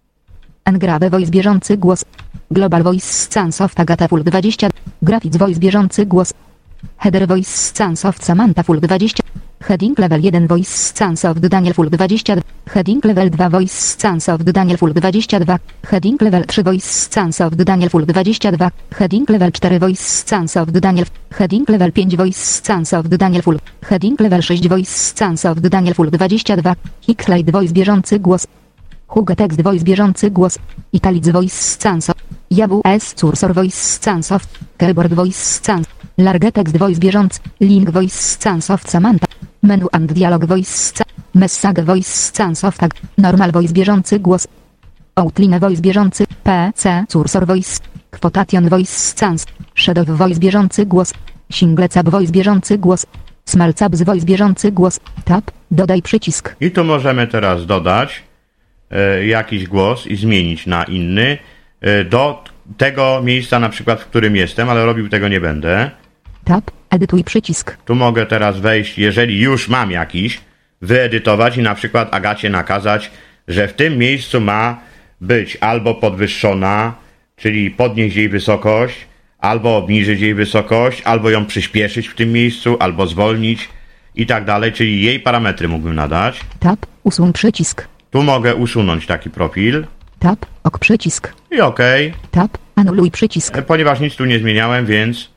C: Engrave voice bieżący głos. Global voice Scansoft Agata Full dwadzieścia. Graphics voice bieżący głos. Header voice Scansoft Samantha Full dwadzieścia. Heading level jeden voice Scansoft Daniel Full dwadzieścia dwa. Heading level dwa voice Scansoft Daniel Full dwadzieścia dwa. Heading level trzy voice Scansoft Daniel Full dwadzieścia dwa. Heading level cztery voice Scansoft Daniel. Heading level pięć voice Scansoft Daniel Full. Heading level sześć voice Scansoft Daniel Full dwadzieścia dwa. Hixlite voice bieżący głos. Hugo text voice bieżący głos. Italic voice Scansoft. A W S cursor voice Scansoft. Keyboard voice Scansoft. Large text voice bieżący. Link voice Scansoft Samantha. Menu and dialog voice scan. Message voice Scansoft. Normal voice bieżący głos. Outline voice bieżący. P C cursor voice. Quotation voice scans. Shadow voice bieżący głos. Single tab voice bieżący głos. Small tabs voice bieżący głos. Tab. Dodaj przycisk.
B: I tu możemy teraz dodać e, jakiś głos i zmienić na inny e, do tego miejsca na przykład, w którym jestem, ale robił tego nie będę.
C: Tab. Edytuj przycisk.
B: Tu mogę teraz wejść, jeżeli już mam jakiś, wyedytować i na przykład Agacie nakazać, że w tym miejscu ma być albo podwyższona, czyli podnieść jej wysokość, albo obniżyć jej wysokość, albo ją przyspieszyć w tym miejscu, albo zwolnić i tak dalej, czyli jej parametry mógłbym nadać.
C: Tab. Usuń przycisk.
B: Tu mogę usunąć taki profil
C: Tab. Ok przycisk.
B: i OK,
C: Tab. Anuluj przycisk.
B: ponieważ nic tu nie zmieniałem, więc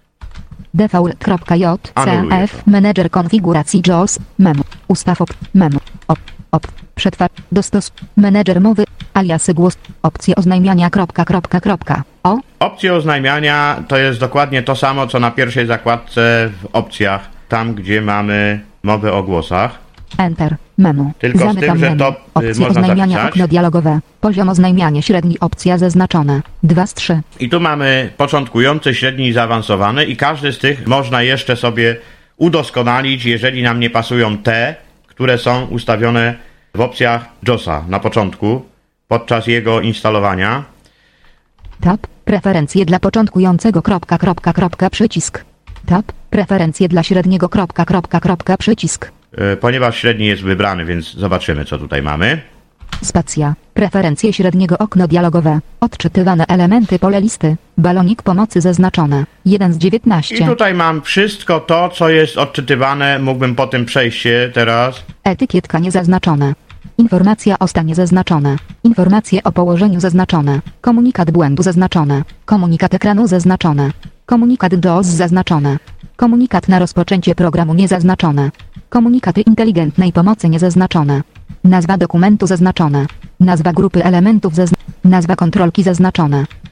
C: Default.j
B: Anuluję
C: C F Manager konfiguracji J A W S. Menu. Ustaw op. Menu. Op. Op. Przetwarz. Dostos. Menedżer mowy. Aliasy głos. Opcje oznajmiania. Kropka, kropka, kropka. O.
B: opcje oznajmiania to jest dokładnie to samo, co na pierwszej zakładce w opcjach, tam gdzie mamy mowę o głosach.
C: Enter. Menu.
B: Tylko z
C: Zamykam
B: tym, że
C: menu.
B: to, y,
C: Opcje
B: można
C: oznajmiania.
B: zapisać.
C: Okno dialogowe. Poziom oznajmiania średni. Opcja zaznaczone. dwa z trzech.
B: I tu mamy początkujący, średni i zaawansowany i każdy z tych można jeszcze sobie udoskonalić, jeżeli nam nie pasują te, które są ustawione w opcjach JOSa na początku, podczas jego instalowania.
C: Tab. Preferencje dla początkującego. Kropka, kropka, kropka. Przycisk. Tab. Preferencje dla średniego. Kropka, kropka, kropka. Przycisk.
B: Yy, ponieważ średni jest wybrany, więc zobaczymy, co tutaj mamy.
C: Spacja. Preferencje średniego. Okno dialogowe. Odczytywane elementy pole listy. Balonik pomocy zaznaczone. jeden z
B: I
C: dziewiętnastu.
B: tutaj mam wszystko to, co jest odczytywane. Mógłbym po tym przejść się teraz.
C: Etykietka niezaznaczone. Informacja o stanie zaznaczone. Informacje o położeniu zaznaczone. Komunikat błędu zaznaczone. Komunikat ekranu zaznaczone. Komunikat J A W S zaznaczone. Komunikat na rozpoczęcie programu niezaznaczone. Komunikaty inteligentnej pomocy niezaznaczone. Nazwa dokumentu zaznaczone. Nazwa grupy elementów zaznaczone. Nazwa kontrolki zaznaczone.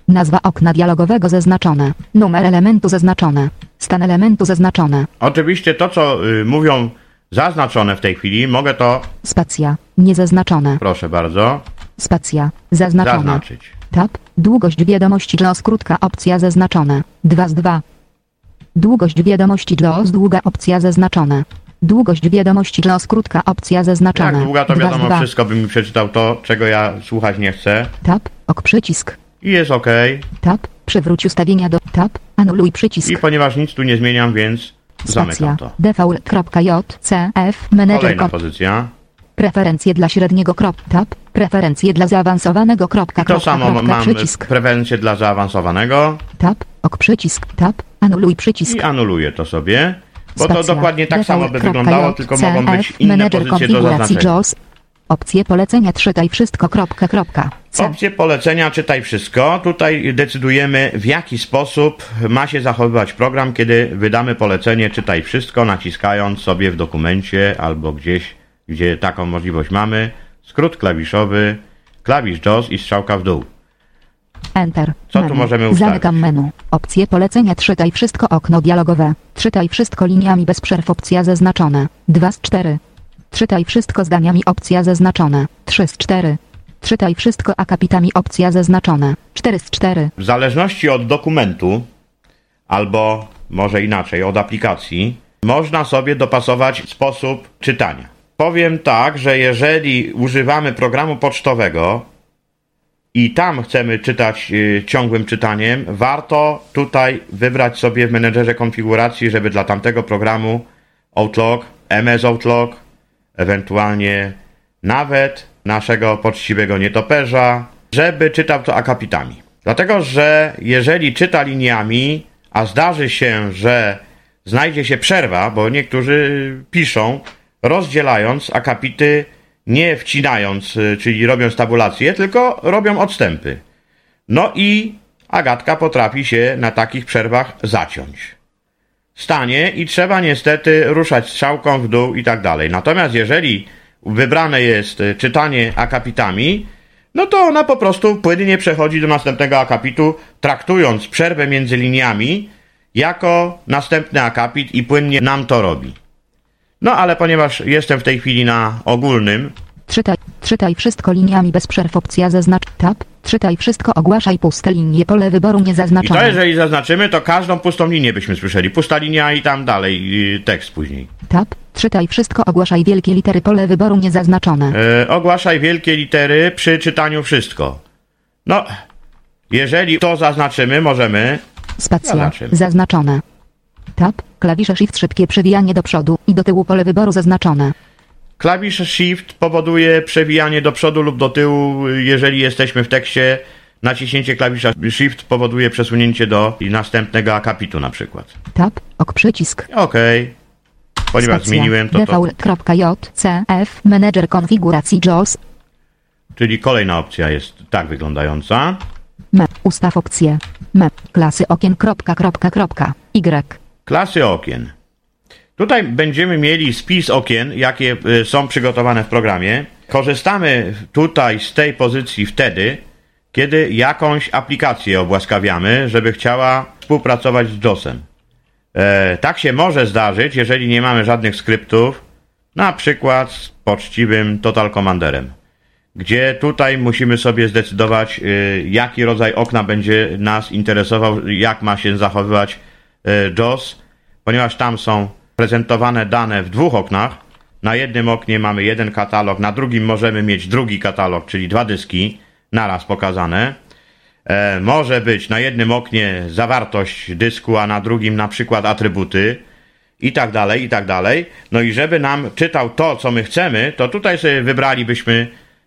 C: Nazwa okna dialogowego zaznaczone. Numer elementu zaznaczone. Stan elementu zaznaczone.
B: Oczywiście to, co y, mówią zaznaczone w tej chwili, mogę to...
C: Spacja. Niezaznaczone.
B: Proszę bardzo.
C: Spacja. Zaznaczone.
B: Zaznaczyć.
C: Tab. Długość wiadomości dla skrótka opcja zaznaczone. dwa z dwa. Długość wiadomości dla długa opcja zaznaczone. Długość wiadomości dla skrótka opcja zaznaczona.
B: Jak długa to
C: dwa
B: wiadomo
C: z dwa.
B: wszystko, bym mi przeczytał to, czego ja słuchać nie chcę.
C: Tab. Ok przycisk.
B: I jest OK.
C: Tab. Przywróć ustawienia do tab. Anuluj przycisk.
B: I ponieważ nic tu nie zmieniam, więc zamykam
C: Spacja.
B: to.
C: Default.jcf. Manager.
B: Kolejna
C: kom-
B: pozycja.
C: Preferencje dla średniego krop. Tab. Preferencje dla zaawansowanego kropka.
B: I to
C: kropka,
B: samo
C: kropka,
B: mam
C: przycisk.
B: preferencję dla zaawansowanego.
C: Tab. Ok przycisk. Tab. Anuluj przycisk.
B: I anuluję to sobie. Bo to
C: Spacja.
B: dokładnie tak samo by
C: Default.
B: wyglądało, tylko mogą być
C: CF.
B: inne
C: Manager
B: pozycje do
C: konfiguracji
B: zaznaczenia.
C: JAWS. Opcje polecenia czytaj wszystko. Kropka, kropka. C.
B: Opcje polecenia czytaj wszystko. Tutaj decydujemy, w jaki sposób ma się zachowywać program, kiedy wydamy polecenie czytaj wszystko, naciskając sobie w dokumencie albo gdzieś, gdzie taką możliwość mamy, skrót klawiszowy, klawisz JAWS i strzałka w dół.
C: Enter.
B: Co tu
C: Menu.
B: możemy ustawić?
C: Zamykam menu. Opcje polecenia czytaj wszystko. Okno dialogowe. Czytaj wszystko liniami bez przerw. Opcja zaznaczone. dwa z czterech. Czytaj wszystko zdaniami. Opcja zaznaczone. trzy z czterech. Czytaj wszystko akapitami. Opcja zaznaczone. cztery z czterech.
B: W zależności od dokumentu, albo może inaczej, od aplikacji, można sobie dopasować sposób czytania. Powiem tak, że jeżeli używamy programu pocztowego i tam chcemy czytać y, ciągłym czytaniem, warto tutaj wybrać sobie w menedżerze konfiguracji, żeby dla tamtego programu Outlook, M S Outlook, ewentualnie nawet naszego poczciwego nietoperza, żeby czytał to akapitami. Dlatego, że jeżeli czyta liniami, a zdarzy się, że znajdzie się przerwa, bo niektórzy piszą, rozdzielając akapity, nie wcinając, czyli robiąc tabulację, tylko robią odstępy. No i Agatka potrafi się na takich przerwach zaciąć. Stanie i trzeba niestety ruszać strzałką w dół i tak dalej. Natomiast jeżeli wybrane jest czytanie akapitami, no to ona po prostu płynnie przechodzi do następnego akapitu, traktując przerwę między liniami jako następny akapit i płynnie nam to robi. No ale ponieważ jestem w tej chwili na ogólnym,
C: Czytaj, czytaj wszystko liniami bez przerw. Opcja zaznacz. Tab. Czytaj wszystko. Ogłaszaj puste linie. Pole wyboru
B: i to
C: niezaznaczone.
B: jeżeli zaznaczymy, to każdą pustą linię byśmy słyszeli. Pusta linia i tam dalej yy, tekst później.
C: Tab. Czytaj wszystko. Ogłaszaj wielkie litery. Pole wyboru niezaznaczone.
B: Yy, ogłaszaj wielkie litery przy czytaniu wszystko. No, jeżeli to zaznaczymy, możemy...
C: Spacja.
B: Zaznaczymy.
C: Zaznaczone. Tab. Klawisze Shift. Szybkie przewijanie do przodu i do tyłu. Pole wyboru zaznaczone.
B: Klawisz Shift powoduje przewijanie do przodu lub do tyłu, jeżeli jesteśmy w tekście. Naciśnięcie klawisza Shift powoduje przesunięcie do następnego akapitu na przykład.
C: Tab. Ok przycisk.
B: OK. Ponieważ
C: Spacja.
B: zmieniłem to, to...
C: Default.jcf. Manager konfiguracji JAWS.
B: Czyli kolejna opcja jest tak wyglądająca.
C: Map. Ustaw opcje. Map. Klasy okien. Kropka, kropka, kropka. Y.
B: Klasy okien. Tutaj będziemy mieli spis okien, jakie y, są przygotowane w programie. Korzystamy tutaj z tej pozycji wtedy, kiedy jakąś aplikację obłaskawiamy, żeby chciała współpracować z JAWSem. E, tak się może zdarzyć, jeżeli nie mamy żadnych skryptów, na przykład z poczciwym Total Commanderem, gdzie tutaj musimy sobie zdecydować, y, jaki rodzaj okna będzie nas interesował, jak ma się zachowywać y, JAWS, ponieważ tam są prezentowane dane w dwóch oknach. Na jednym oknie mamy jeden katalog, na drugim możemy mieć drugi katalog, czyli dwa dyski naraz pokazane. E, może być na jednym oknie zawartość dysku, a na drugim na przykład atrybuty i tak dalej, i tak dalej. No i żeby nam czytał to, co my chcemy, to tutaj sobie wybralibyśmy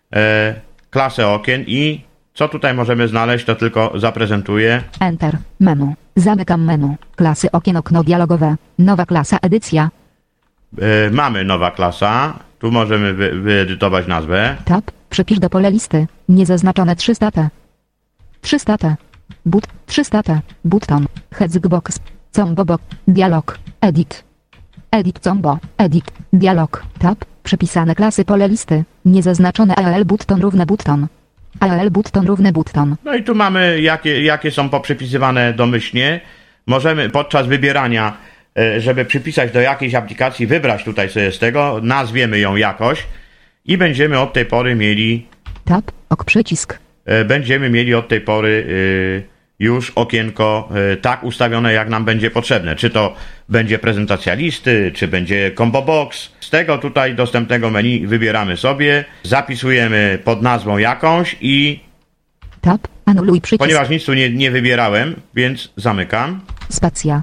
B: e, klasę okien i co tutaj możemy znaleźć, to tylko zaprezentuję.
C: Enter. Menu. Zamykam menu. Klasy okien. Okno dialogowe. Nowa klasa. Edycja.
B: E, mamy nowa klasa. Tu możemy wy, wyedytować nazwę.
C: Tab. Przypisz do pole listy. Niezaznaczone trzysta T. trzysta T. But. trzysta T. Button. Hexbox. Combo box. Dialog. Edit. Edit combo. Edit. Dialog. Tab. Przypisane klasy pole listy. Niezaznaczone A L button równe button. al button równy button.
B: No i tu mamy, jakie, jakie są poprzypisywane domyślnie. Możemy podczas wybierania, żeby przypisać do jakiejś aplikacji, wybrać tutaj sobie z tego, nazwiemy ją jakoś i będziemy od tej pory mieli...
C: Tab, ok przycisk.
B: Będziemy mieli od tej pory już okienko tak ustawione, jak nam będzie potrzebne. Czy to będzie prezentacja listy, czy będzie combo box. Z tego tutaj dostępnego menu wybieramy sobie, zapisujemy pod nazwą jakąś i...
C: Tab, anuluj przycisk.
B: Ponieważ nic tu nie, nie wybierałem, więc zamykam.
C: Spacja,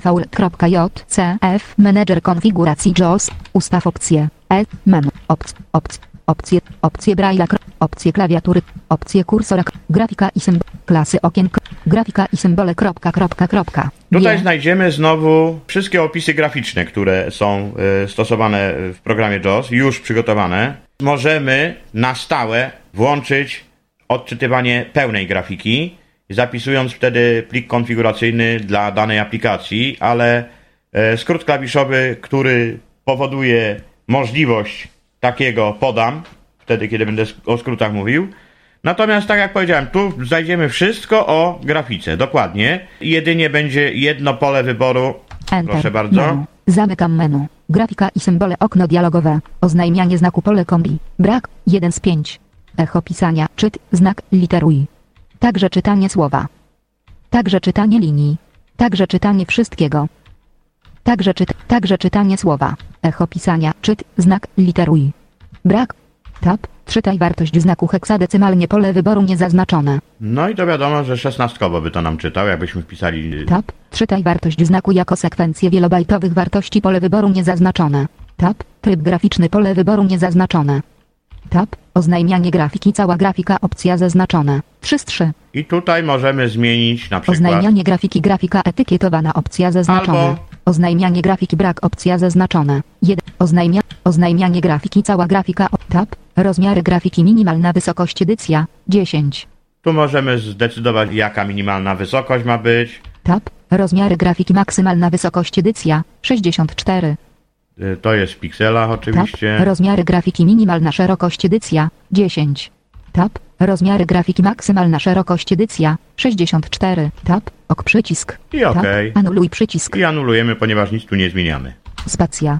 C: default.jcf, menedżer konfiguracji J O S, ustaw opcje, e, menu, opc, opc, opcje, opcje Braille'a, opcje klawiatury, opcje kursora, grafika i symbole, klasy okien, grafika i symbole, kropka, kropka, kropka.
B: Tutaj
C: G.
B: znajdziemy znowu wszystkie opisy graficzne, które są y, stosowane w programie J O S, już przygotowane. Możemy na stałe włączyć odczytywanie pełnej grafiki, zapisując wtedy plik konfiguracyjny dla danej aplikacji, ale y, skrót klawiszowy, który powoduje możliwość takiego, podam, wtedy kiedy będę o skrótach mówił. Natomiast tak jak powiedziałem, tu znajdziemy wszystko o grafice, dokładnie. Jedynie będzie jedno pole wyboru.
C: Enter.
B: Proszę bardzo.
C: Menu. Zamykam menu. Grafika i symbole, okno dialogowe. Oznajmianie znaku, pole kombi. Brak, jeden z pięć. Echo pisania, czyt, znak, literuj. Także czytanie słowa. Także czytanie linii. Także czytanie wszystkiego. Także, czyt, także czytanie słowa. Echo pisania, czyt, znak, literuj. Brak. Tab. Czytaj wartość znaku heksadecymalnie, pole wyboru niezaznaczone.
B: No i to wiadomo, że szesnastkowo by to nam czytał, jakbyśmy wpisali...
C: Tab. Czytaj wartość znaku jako sekwencję wielobajtowych wartości, pole wyboru niezaznaczone. Tab. Tryb graficzny, pole wyboru niezaznaczone. Tab. Oznajmianie grafiki, cała grafika, opcja zaznaczone. trzy z trzy.
B: I tutaj możemy zmienić na przykład...
C: Oznajmianie grafiki, grafika etykietowana, opcja zaznaczone.
B: Albo...
C: Oznajmianie grafiki, brak, opcja zaznaczone. jeden. Oznajmia... Oznajmianie grafiki, cała grafika, o... Tab. Rozmiary grafiki, minimalna wysokość, edycja, dziesięć.
B: Tu możemy zdecydować, jaka minimalna wysokość ma być.
C: Tab. Rozmiary grafiki, maksymalna wysokość, edycja, sześćdziesiąt cztery.
B: To jest w pikselach oczywiście.
C: Tab. Rozmiary grafiki, minimalna szerokość, edycja, dziesięć. Tab. Rozmiary grafiki, maksymalna szerokość, edycja, sześćdziesiąt cztery. Tab. Ok przycisk.
B: I OK.
C: Tab. Anuluj przycisk.
B: I anulujemy, ponieważ nic tu nie zmieniamy.
C: Spacja.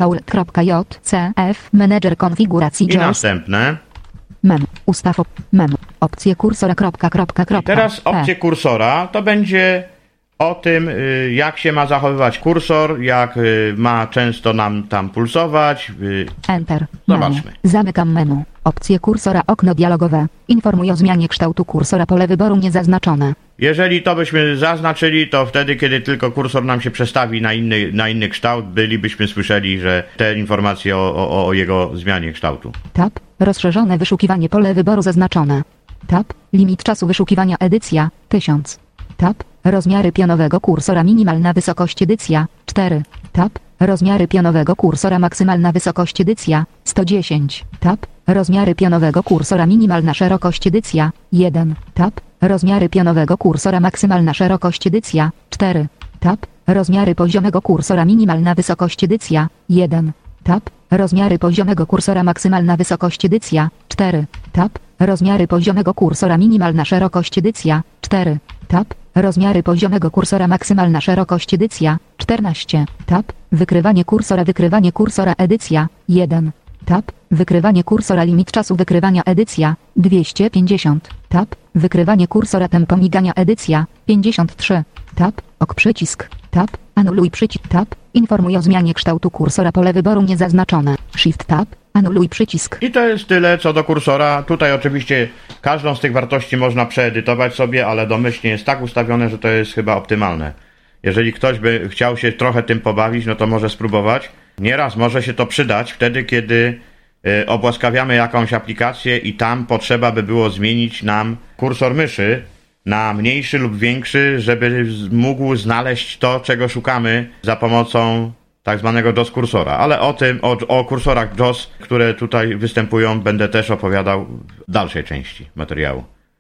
C: default.jcf, menedżer konfiguracji
B: I
C: J O S.
B: następne.
C: Menu. Ustaw op... Menu. Opcje kursora, kropka, kropka, kropka.
B: I teraz opcje
C: E.
B: kursora to będzie o tym, y, jak się ma zachowywać kursor, jak y, ma często nam tam pulsować. y,
C: Enter.
B: Zobaczmy.
C: Menu. Zamykam menu. Opcje kursora, okno dialogowe. Informuj o zmianie kształtu kursora, pole wyboru niezaznaczone.
B: Jeżeli to byśmy zaznaczyli, to wtedy, kiedy tylko kursor nam się przestawi na inny, na inny kształt, bylibyśmy słyszeli, że te informacje o, o, o jego zmianie kształtu.
C: Tab. Rozszerzone wyszukiwanie, pole wyboru zaznaczone. Tab. Limit czasu wyszukiwania, edycja, tysiąc. Tab. Rozmiary pionowego kursora, minimalna wysokość, edycja, cztery. Tab. Rozmiary pionowego kursora, maksymalna wysokość, edycja, sto dziesięć. Tab. Rozmiary pionowego kursora, minimalna szerokość, edycja, jeden. Tab. Rozmiary pionowego kursora, maksymalna szerokość, edycja, cztery. Tab. Rozmiary poziomego kursora, minimalna wysokość, edycja, jeden. Tab. Rozmiary poziomego kursora, maksymalna wysokość, edycja, cztery. Tab. Rozmiary poziomego kursora, minimalna szerokość, edycja, cztery. Tab. Rozmiary poziomego kursora, maksymalna szerokość, edycja, czternaście. Tab. Wykrywanie kursora, wykrywanie kursora, edycja, jeden. Tab. Wykrywanie kursora, limit czasu wykrywania, edycja, dwieście pięćdziesiąt. Tab. Wykrywanie kursora, tempo migania, edycja, pięćdziesiąt trzy. Tab. Ok przycisk. Tab. Anuluj przycisk. Tab. Informuj o zmianie kształtu kursora, pole wyboru niezaznaczone. Shift Tab. Anuluj przycisk.
B: I to jest tyle co do kursora. Tutaj oczywiście każdą z tych wartości można przeedytować sobie, ale domyślnie jest tak ustawione, że to jest chyba optymalne. Jeżeli ktoś by chciał się trochę tym pobawić, no to może spróbować. Nieraz może się to przydać wtedy, kiedy y, obłaskawiamy jakąś aplikację i tam potrzeba by było zmienić nam kursor myszy na mniejszy lub większy, żeby mógł znaleźć to, czego szukamy za pomocą tak zwanego J O S kursora. Ale o tym, o, o kursorach J O S, które tutaj występują, będę też opowiadał w dalszej części materiału.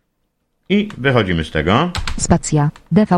B: I wychodzimy z tego.
C: Spacja.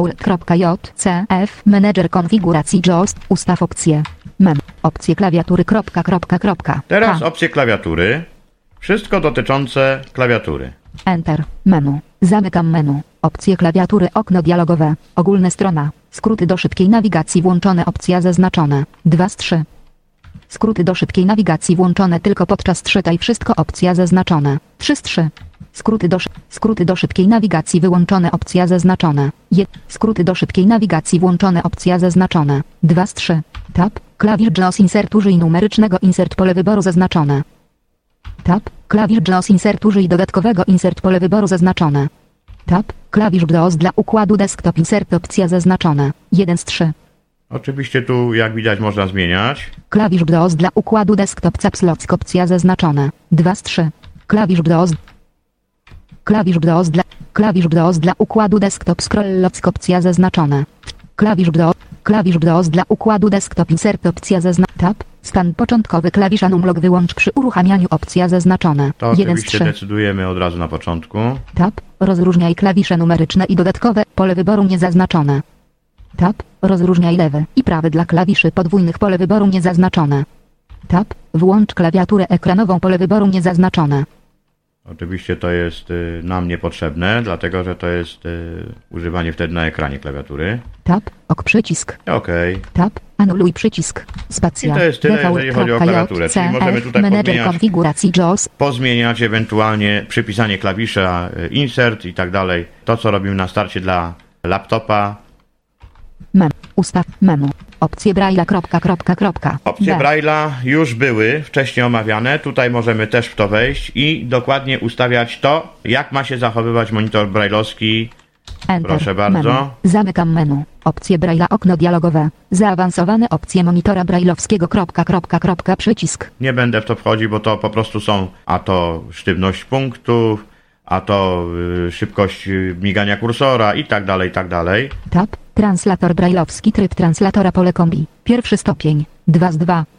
C: default.jcf, menedżer konfiguracji J O S, ustaw opcje. Mem. Opcje klawiatury, kropka, kropka, kropka.
B: Teraz
C: H.
B: opcje klawiatury. Wszystko dotyczące klawiatury.
C: Enter. Menu. Zamykam menu. Opcje klawiatury. Okno dialogowe. Ogólne strona. Skróty do szybkiej nawigacji włączone. Opcja zaznaczone. dwa z trzy. Skróty do szybkiej nawigacji włączone tylko podczas czytaj wszystko. Opcja zaznaczone. trzy z trzy. Skróty do, skróty do szybkiej nawigacji wyłączone. Opcja zaznaczone. jeden. Skróty do szybkiej nawigacji włączone. Opcja zaznaczone. dwa z trzy. Tab. Klawisz JAWS insert. Użyj numerycznego insert. Pole wyboru zaznaczone. Tab. Klawisz JAWS insert. Użyj dodatkowego insert. Pole wyboru zaznaczone. Tab. Klawisz JAWS dla układu desktop insert. Opcja zaznaczone. jeden z trzy.
B: Oczywiście tu, jak widać, można zmieniać.
C: Klawisz JAWS dla układu desktop caps lock. Opcja zaznaczone. dwa z trzy. Klawisz JAWS. Klawisz JAWS dla klawisz JAWS dla układu desktop scroll lock. Opcja zaznaczone. Klawisz JAWS. Klawisz JAWS dla układu desktop insert. Opcja zaznaczona. Tab. Stan początkowy klawisz unlock wyłącz przy uruchamianiu. Opcja zaznaczone.
B: To
C: jeden z
B: oczywiście
C: trzy.
B: decydujemy od razu na początku.
C: Tab. Rozróżniaj klawisze numeryczne i dodatkowe. Pole wyboru niezaznaczone. Tab. Rozróżniaj lewy i prawy dla klawiszy podwójnych. Pole wyboru niezaznaczone. Tab. Włącz klawiaturę ekranową. Pole wyboru niezaznaczone.
B: Oczywiście to jest y, nam niepotrzebne, dlatego że to jest y, używanie wtedy na ekranie klawiatury.
C: Tab. Ok przycisk.
B: Okej.
C: Tab. Anuluj przycisk. Spacja.
B: I to jest tyle, jeżeli chodzi o klawiaturę, czyli możemy tutaj
C: Manager
B: podmieniać,
C: konfiguracji JAWS.
B: pozmieniać ewentualnie przypisanie klawisza y, insert i tak dalej. To, co robimy na starcie dla laptopa.
C: Mem. Ustaw. Menu. Opcje Braille'a. Kropka, kropka, kropka.
B: Opcje
C: B.
B: Braille'a już były wcześniej omawiane. Tutaj możemy też w to wejść i dokładnie ustawiać to, jak ma się zachowywać monitor braille'owski.
C: Enter.
B: Proszę bardzo.
C: Menu. Zamykam menu. Opcje Braille'a. Okno dialogowe. Zaawansowane opcje monitora braille'owskiego. Kropka, kropka, kropka. Przycisk.
B: Nie będę w to wchodzić, bo to po prostu są a to sztywność punktów, a to y, szybkość y, migania kursora i tak dalej, i tak dalej.
C: Tab. Translator braille'owski. Tryb translatora. Pole kombi. Pierwszy stopień. dwa z dwa.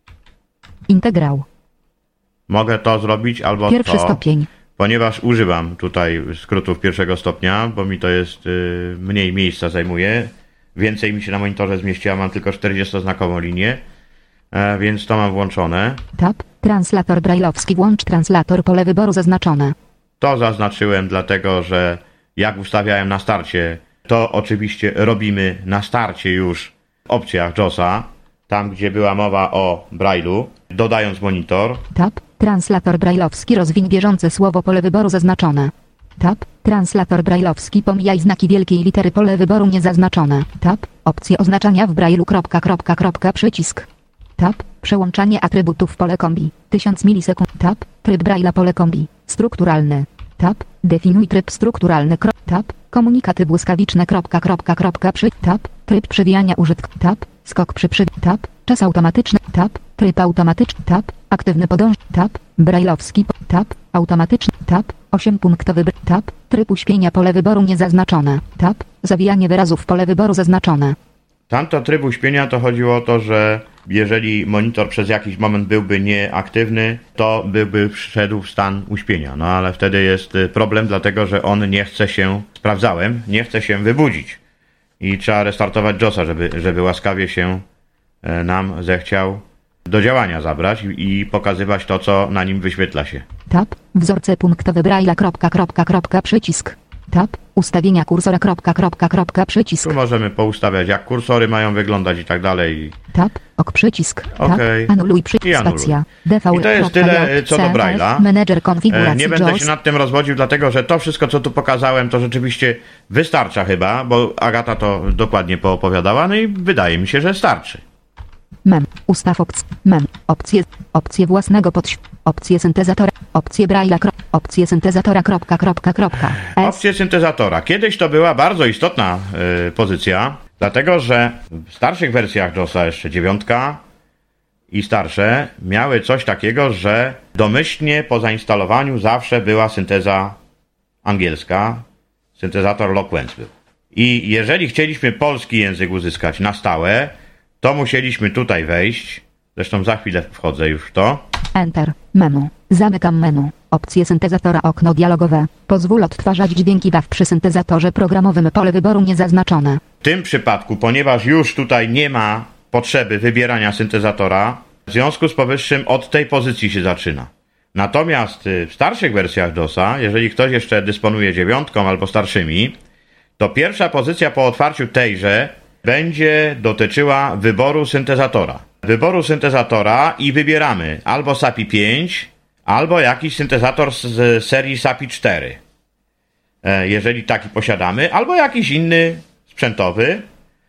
C: Integrał.
B: Mogę to zrobić albo
C: Pierwszy
B: to,
C: stopień.
B: ponieważ używam tutaj skrótów pierwszego stopnia, bo mi to jest y, mniej miejsca zajmuje. Więcej mi się na monitorze zmieści, a mam tylko czterdziestoznakową linię, e, więc to mam włączone.
C: Tab. Translator braille'owski. Włącz translator. Pole wyboru zaznaczone.
B: To zaznaczyłem dlatego, że jak ustawiałem na starcie, to oczywiście robimy na starcie już w opcjach JAWSa, tam gdzie była mowa o Braille'u, dodając monitor.
C: Tab. Translator braille'owski. Rozwiń bieżące słowo. Pole wyboru zaznaczone. Tab. Translator braille'owski. Pomijaj znaki wielkiej litery. Pole wyboru niezaznaczone. Tab. Opcje oznaczania w Braille'u. Kropka, kropka, kropka. Przycisk. Tab. Przełączanie atrybutów. Pole kombi. tysiąc milisekund. Tab. Tryb Braille'a. Pole kombi. Strukturalny. Tab. Definiuj tryb strukturalny. Kro- Tab. Komunikaty błyskawiczne. Kropka, kropka, kropka. Przy. Tab. Tryb przewijania użytku. Tab. Skok przy przy. Tab. Czas automatyczny. Tab. Tryb automatyczny. Tab. Aktywny podąż. Tab. Braille'owski. Tab. Automatyczny. Tab. osiem punktowy. Tab. Tryb uśpienia. Pole wyboru niezaznaczone. Tab. Zawijanie wyrazów. Pole wyboru zaznaczone.
B: Tamto tryb uśpienia to chodziło o to, że jeżeli monitor przez jakiś moment byłby nieaktywny, to byłby wszedł w stan uśpienia. No ale wtedy jest problem, dlatego że on nie chce się, sprawdzałem, nie chce się wybudzić. I trzeba restartować JAWSa, żeby, żeby łaskawie się nam zechciał do działania zabrać i, i pokazywać to, co na nim wyświetla się.
C: Tab. Wzorce punktowe Braille'a. Kropka, kropka, kropka. Przycisk. Tab. Ustawienia kursora. Kropka, kropka, kropka. Przycisk.
B: Tu możemy poustawiać, jak kursory mają wyglądać i tak dalej.
C: Tab. Ok przycisk. Tab.
B: Okej.
C: Anuluj przycisk.
B: I anuluj.
C: Spacja. D V.
B: I to jest tyle, co do Braille'a.
C: Manager
B: E,
C: konfiguracji
B: Nie będę
C: JAWS.
B: się nad tym rozwodził, dlatego że to wszystko, co tu pokazałem, to rzeczywiście wystarcza chyba, bo Agata to dokładnie poopowiadała, no i wydaje mi się, że starczy.
C: Mem. Ustaw opcje. Mem. Opcje. Opcje własnego podś... Opcje syntezatora. Opcje Braille'a. Kro... Opcje syntezatora. Kropka, kropka, kropka. S.
B: Opcje syntezatora. Kiedyś to była bardzo istotna y, pozycja, dlatego że w starszych wersjach JAWSa, jeszcze dziewiątka i starsze, miały coś takiego, że domyślnie po zainstalowaniu zawsze była synteza angielska, syntezator Loquence był. I jeżeli chcieliśmy polski język uzyskać na stałe, to musieliśmy tutaj wejść, zresztą za chwilę wchodzę już w to.
C: Enter. Menu. Zamykam menu. Opcje syntezatora. Okno dialogowe. Pozwól odtwarzać dźwięki W A W przy syntezatorze programowym. Pole wyboru niezaznaczone.
B: W tym przypadku, ponieważ już tutaj nie ma potrzeby wybierania syntezatora, w związku z powyższym od tej pozycji się zaczyna. Natomiast w starszych wersjach DOSa, jeżeli ktoś jeszcze dysponuje dziewiątką albo starszymi, to pierwsza pozycja po otwarciu tejże będzie dotyczyła wyboru syntezatora. Wyboru syntezatora i wybieramy albo SAPI pięć, albo jakiś syntezator z serii SAPI cztery. Jeżeli taki posiadamy, albo jakiś inny sprzętowy.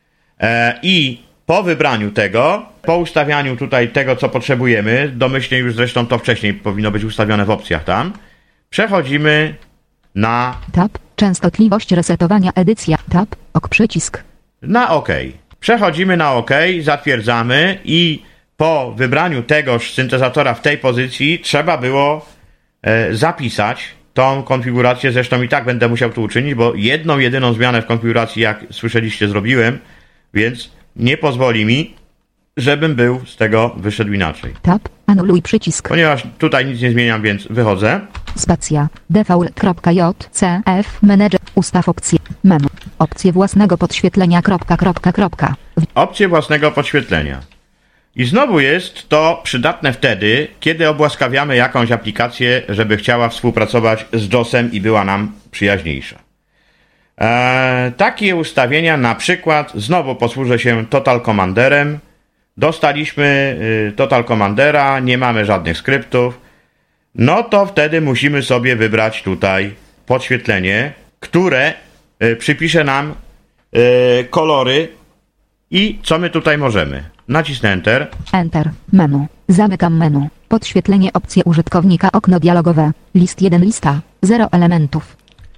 B: I po wybraniu tego, po ustawianiu tutaj tego, co potrzebujemy, domyślnie już zresztą to wcześniej powinno być ustawione w opcjach tam, przechodzimy na...
C: Tab, częstotliwość resetowania, edycja, tab, ok przycisk.
B: Na OK. Przechodzimy na OK, zatwierdzamy i po wybraniu tegoż syntezatora w tej pozycji trzeba było e, zapisać tą konfigurację. Zresztą i tak będę musiał to uczynić, bo jedną, jedyną zmianę w konfiguracji, jak słyszeliście, zrobiłem, więc nie pozwoli mi, żebym był z tego wyszedł inaczej.
C: Tab, anuluj przycisk.
B: Ponieważ tutaj nic nie zmieniam, więc wychodzę.
C: Spacja, default.jcf, manager, ustaw opcje, menu, opcje własnego podświetlenia, kropka, kropka, kropka.
B: Opcje własnego podświetlenia. I znowu jest to przydatne wtedy, kiedy obłaskawiamy jakąś aplikację, żeby chciała współpracować z DOSem i była nam przyjaźniejsza. Eee, takie ustawienia, na przykład, znowu posłużę się Total Commanderem. Dostaliśmy y, Total Commandera, nie mamy żadnych skryptów. No to wtedy musimy sobie wybrać tutaj podświetlenie, które y, przypisze nam y, kolory i co my tutaj możemy. Nacisnę Enter.
C: Enter, menu, zamykam menu, podświetlenie, opcje użytkownika, okno dialogowe, list jeden, lista, zero elementów.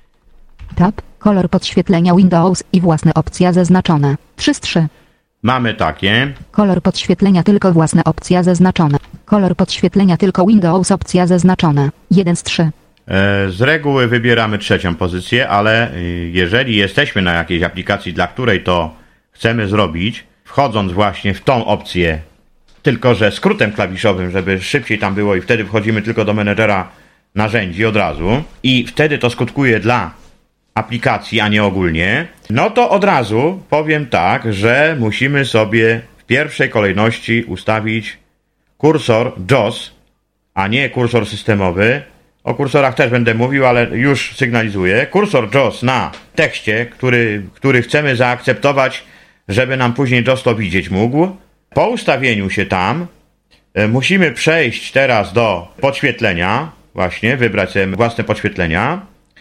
C: Tab, kolor podświetlenia Windows i własne opcje zaznaczone, trzy z trzy.
B: Mamy takie.
C: Kolor podświetlenia tylko własne opcje zaznaczone. Kolor podświetlenia tylko Windows opcja zaznaczone, jeden z trzy.
B: Z reguły wybieramy trzecią pozycję, ale jeżeli jesteśmy na jakiejś aplikacji, dla której to chcemy zrobić, wchodząc właśnie w tą opcję, tylko że skrótem klawiszowym, żeby szybciej tam było i wtedy wchodzimy tylko do menedżera narzędzi od razu i wtedy to skutkuje dla aplikacji, a nie ogólnie, no to od razu powiem tak, że musimy sobie w pierwszej kolejności ustawić kursor JAWS, a nie kursor systemowy. O kursorach też będę mówił, ale już sygnalizuję. Kursor JAWS na tekście, który, który chcemy zaakceptować, żeby nam później JAWS to widzieć mógł. Po ustawieniu się tam e, musimy przejść teraz do podświetlenia, właśnie wybrać sobie własne podświetlenia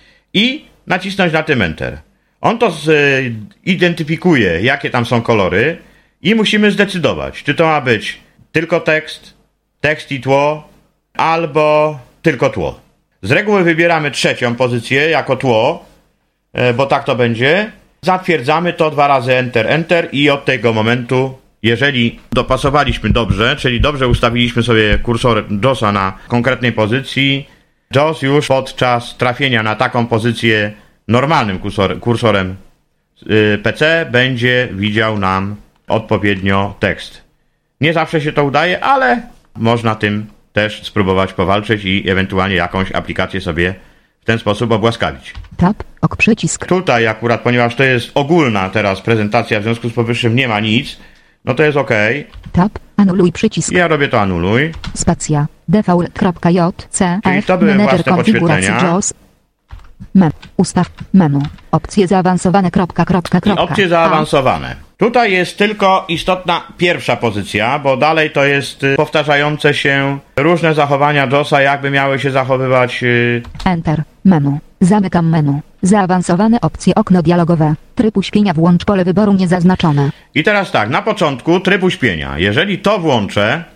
B: i nacisnąć na tym Enter. On to zidentyfikuje, jakie tam są kolory i musimy zdecydować, czy to ma być tylko tekst, tekst i tło, albo tylko tło. Z reguły wybieramy trzecią pozycję jako tło, bo tak to będzie. Zatwierdzamy to dwa razy Enter, Enter i od tego momentu, jeżeli dopasowaliśmy dobrze, czyli dobrze ustawiliśmy sobie kursor JAWSa na konkretnej pozycji, JAWS już podczas trafienia na taką pozycję normalnym kursor, kursorem yy, P C będzie widział nam odpowiednio tekst. Nie zawsze się to udaje, ale można tym też spróbować powalczyć i ewentualnie jakąś aplikację sobie w ten sposób obłaskawić.
C: Tab, ok przycisk.
B: Tutaj akurat, ponieważ to jest ogólna teraz prezentacja, w związku z powyższym nie ma nic, no to jest OK.
C: Tab, anuluj przycisk.
B: Ja robię to anuluj.
C: Spacja, default.jcf,
B: Czyli to były
C: manager
B: własne
C: konfiguracji
B: podświetlenia.
C: JAWS. Menu, ustaw, menu, opcje zaawansowane, kropka, kropka, kropka.
B: Opcje zaawansowane. Tutaj jest tylko istotna pierwsza pozycja, bo dalej to jest y, powtarzające się różne zachowania JAWSa, jakby miały się zachowywać. Y...
C: Enter, menu, zamykam menu, zaawansowane opcje, okno dialogowe, tryb uśpienia, włącz pole wyboru niezaznaczone.
B: I teraz tak, na początku tryb uśpienia. Jeżeli to włączę,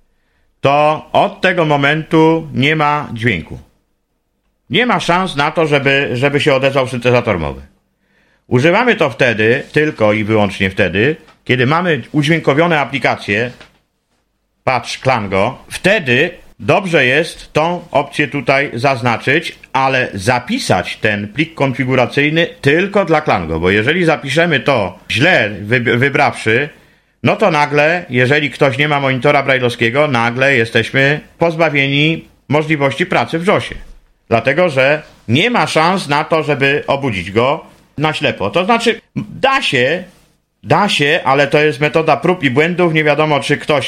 B: to od tego momentu nie ma dźwięku. Nie ma szans na to, żeby, żeby się odezwał syntezator mowy. Używamy to wtedy, tylko i wyłącznie wtedy, kiedy mamy udźwiękowione aplikacje, patrz Klango, wtedy dobrze jest tą opcję tutaj zaznaczyć, ale zapisać ten plik konfiguracyjny tylko dla Klango, bo jeżeli zapiszemy to źle wybrawszy, no to nagle, jeżeli ktoś nie ma monitora brajlowskiego, nagle jesteśmy pozbawieni możliwości pracy w JAWSie. Dlatego, że nie ma szans na to, żeby obudzić go na ślepo. To znaczy, da się, da się, ale to jest metoda prób i błędów. Nie wiadomo, czy ktoś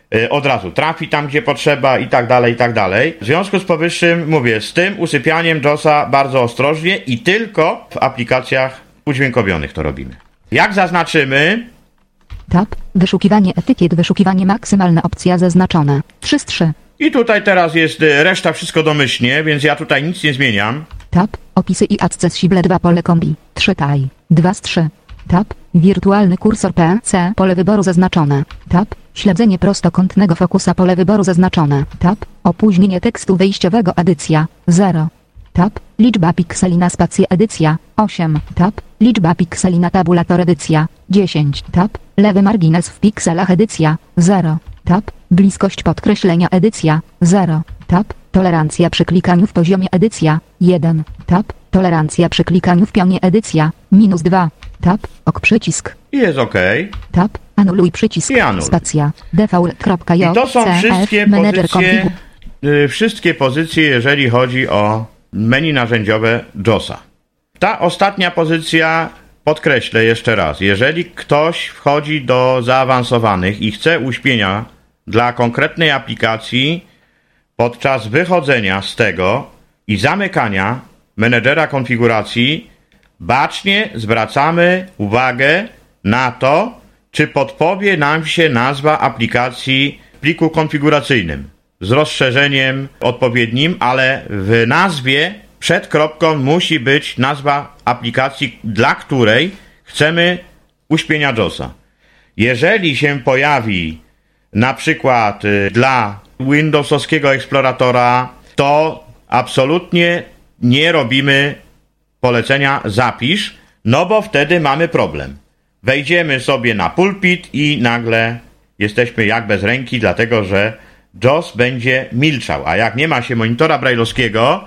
B: od razu trafi tam, gdzie potrzeba i tak dalej, i tak dalej. W związku z powyższym, mówię, z tym usypianiem JOSa bardzo ostrożnie i tylko w aplikacjach udźwiękowionych to robimy. Jak zaznaczymy...
C: Tab, wyszukiwanie etykiet, wyszukiwanie maksymalna opcja zaznaczone. trzy z trzy.
B: I tutaj teraz jest reszta wszystko domyślnie, więc ja tutaj nic nie zmieniam.
C: Tab, opisy i accessible dwa pole kombi. trzy taj. dwa z trzy. Tab, wirtualny kursor P C, pole wyboru zaznaczone. Tab, śledzenie prostokątnego fokusa, pole wyboru zaznaczone. Tab, opóźnienie tekstu wyjściowego, edycja zero. Tab, liczba pikseli na spację, edycja osiem. Tab, liczba pikseli na tabulator, edycja dziesięć. Tab, lewy margines w pikselach, edycja zero. Tab, bliskość podkreślenia, edycja zero. Tab, tolerancja przy klikaniu w poziomie, edycja jeden. Tab, tolerancja przy klikaniu w pionie, edycja minus dwa. Tab, ok przycisk.
B: I jest OK.
C: Tab, anuluj przycisk.
B: I anuluj.
C: Spacja, default.j.
B: I to są wszystkie pozycje, y, wszystkie pozycje, jeżeli chodzi o menu narzędziowe JOSa. Ta ostatnia pozycja, podkreślę jeszcze raz, jeżeli ktoś wchodzi do zaawansowanych i chce uśpienia dla konkretnej aplikacji, podczas wychodzenia z tego i zamykania menedżera konfiguracji, bacznie zwracamy uwagę na to, czy podpowie nam się nazwa aplikacji w pliku konfiguracyjnym z rozszerzeniem odpowiednim, ale w nazwie przed kropką musi być nazwa aplikacji, dla której chcemy uśpienia JOSa. Jeżeli się pojawi na przykład y, dla Windowsowskiego Exploratora, to absolutnie nie robimy polecenia zapisz, no bo wtedy mamy problem. Wejdziemy sobie na pulpit i nagle jesteśmy jak bez ręki, dlatego że JOS będzie milczał, a jak nie ma się monitora brajlowskiego,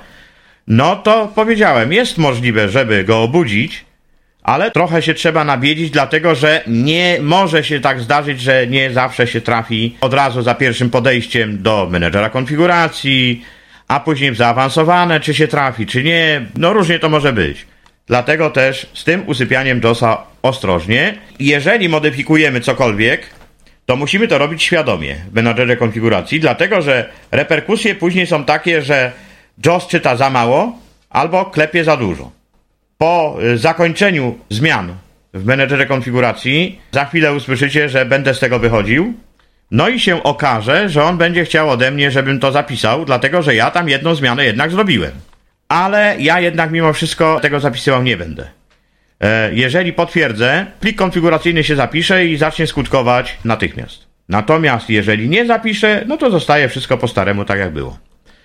B: no to powiedziałem, jest możliwe, żeby go obudzić, ale trochę się trzeba nabiedić, dlatego że nie może się tak zdarzyć, że nie zawsze się trafi od razu za pierwszym podejściem do menedżera konfiguracji, a później w zaawansowane, czy się trafi, czy nie, no różnie to może być. Dlatego też z tym usypianiem JOSa ostrożnie. Jeżeli modyfikujemy cokolwiek, to musimy to robić świadomie w menadżerze konfiguracji, dlatego że reperkusje później są takie, że JOS czyta za mało albo klepie za dużo. Po zakończeniu zmian w menedżerze konfiguracji za chwilę usłyszycie, że będę z tego wychodził, no i się okaże, że on będzie chciał ode mnie, żebym to zapisał, dlatego że ja tam jedną zmianę jednak zrobiłem. Ale ja jednak mimo wszystko tego zapisywał nie będę. Jeżeli potwierdzę, plik konfiguracyjny się zapisze i zacznie skutkować natychmiast. Natomiast jeżeli nie zapiszę, no to zostaje wszystko po staremu, tak jak było.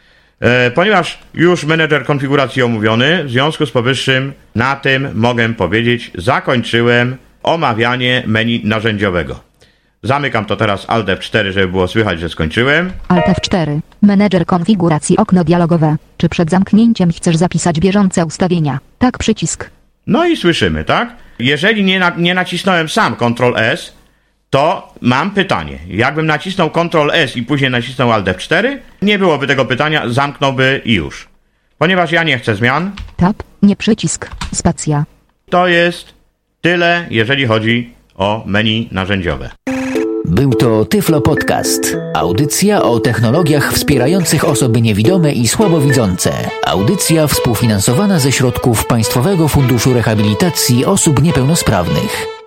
B: Ponieważ już menedżer konfiguracji omówiony, w związku z powyższym na tym mogę powiedzieć, zakończyłem omawianie menu narzędziowego. Zamykam to teraz Alt F cztery, żeby było słychać, że skończyłem.
C: Alt F cztery. Menedżer konfiguracji, okno dialogowe. Czy przed zamknięciem chcesz zapisać bieżące ustawienia? Tak, przycisk.
B: No i słyszymy, tak? Jeżeli nie, na, nie nacisnąłem sam Ctrl S, to mam pytanie. Jakbym nacisnął Ctrl S i później nacisnął Alt F cztery, nie byłoby tego pytania, zamknąłby i już. Ponieważ ja nie chcę zmian.
C: Tab, nie przycisk, spacja.
B: To jest tyle, jeżeli chodzi o menu narzędziowe.
A: Był to Tyflo Podcast. Audycja o technologiach wspierających osoby niewidome i słabowidzące. Audycja współfinansowana ze środków Państwowego Funduszu Rehabilitacji Osób Niepełnosprawnych.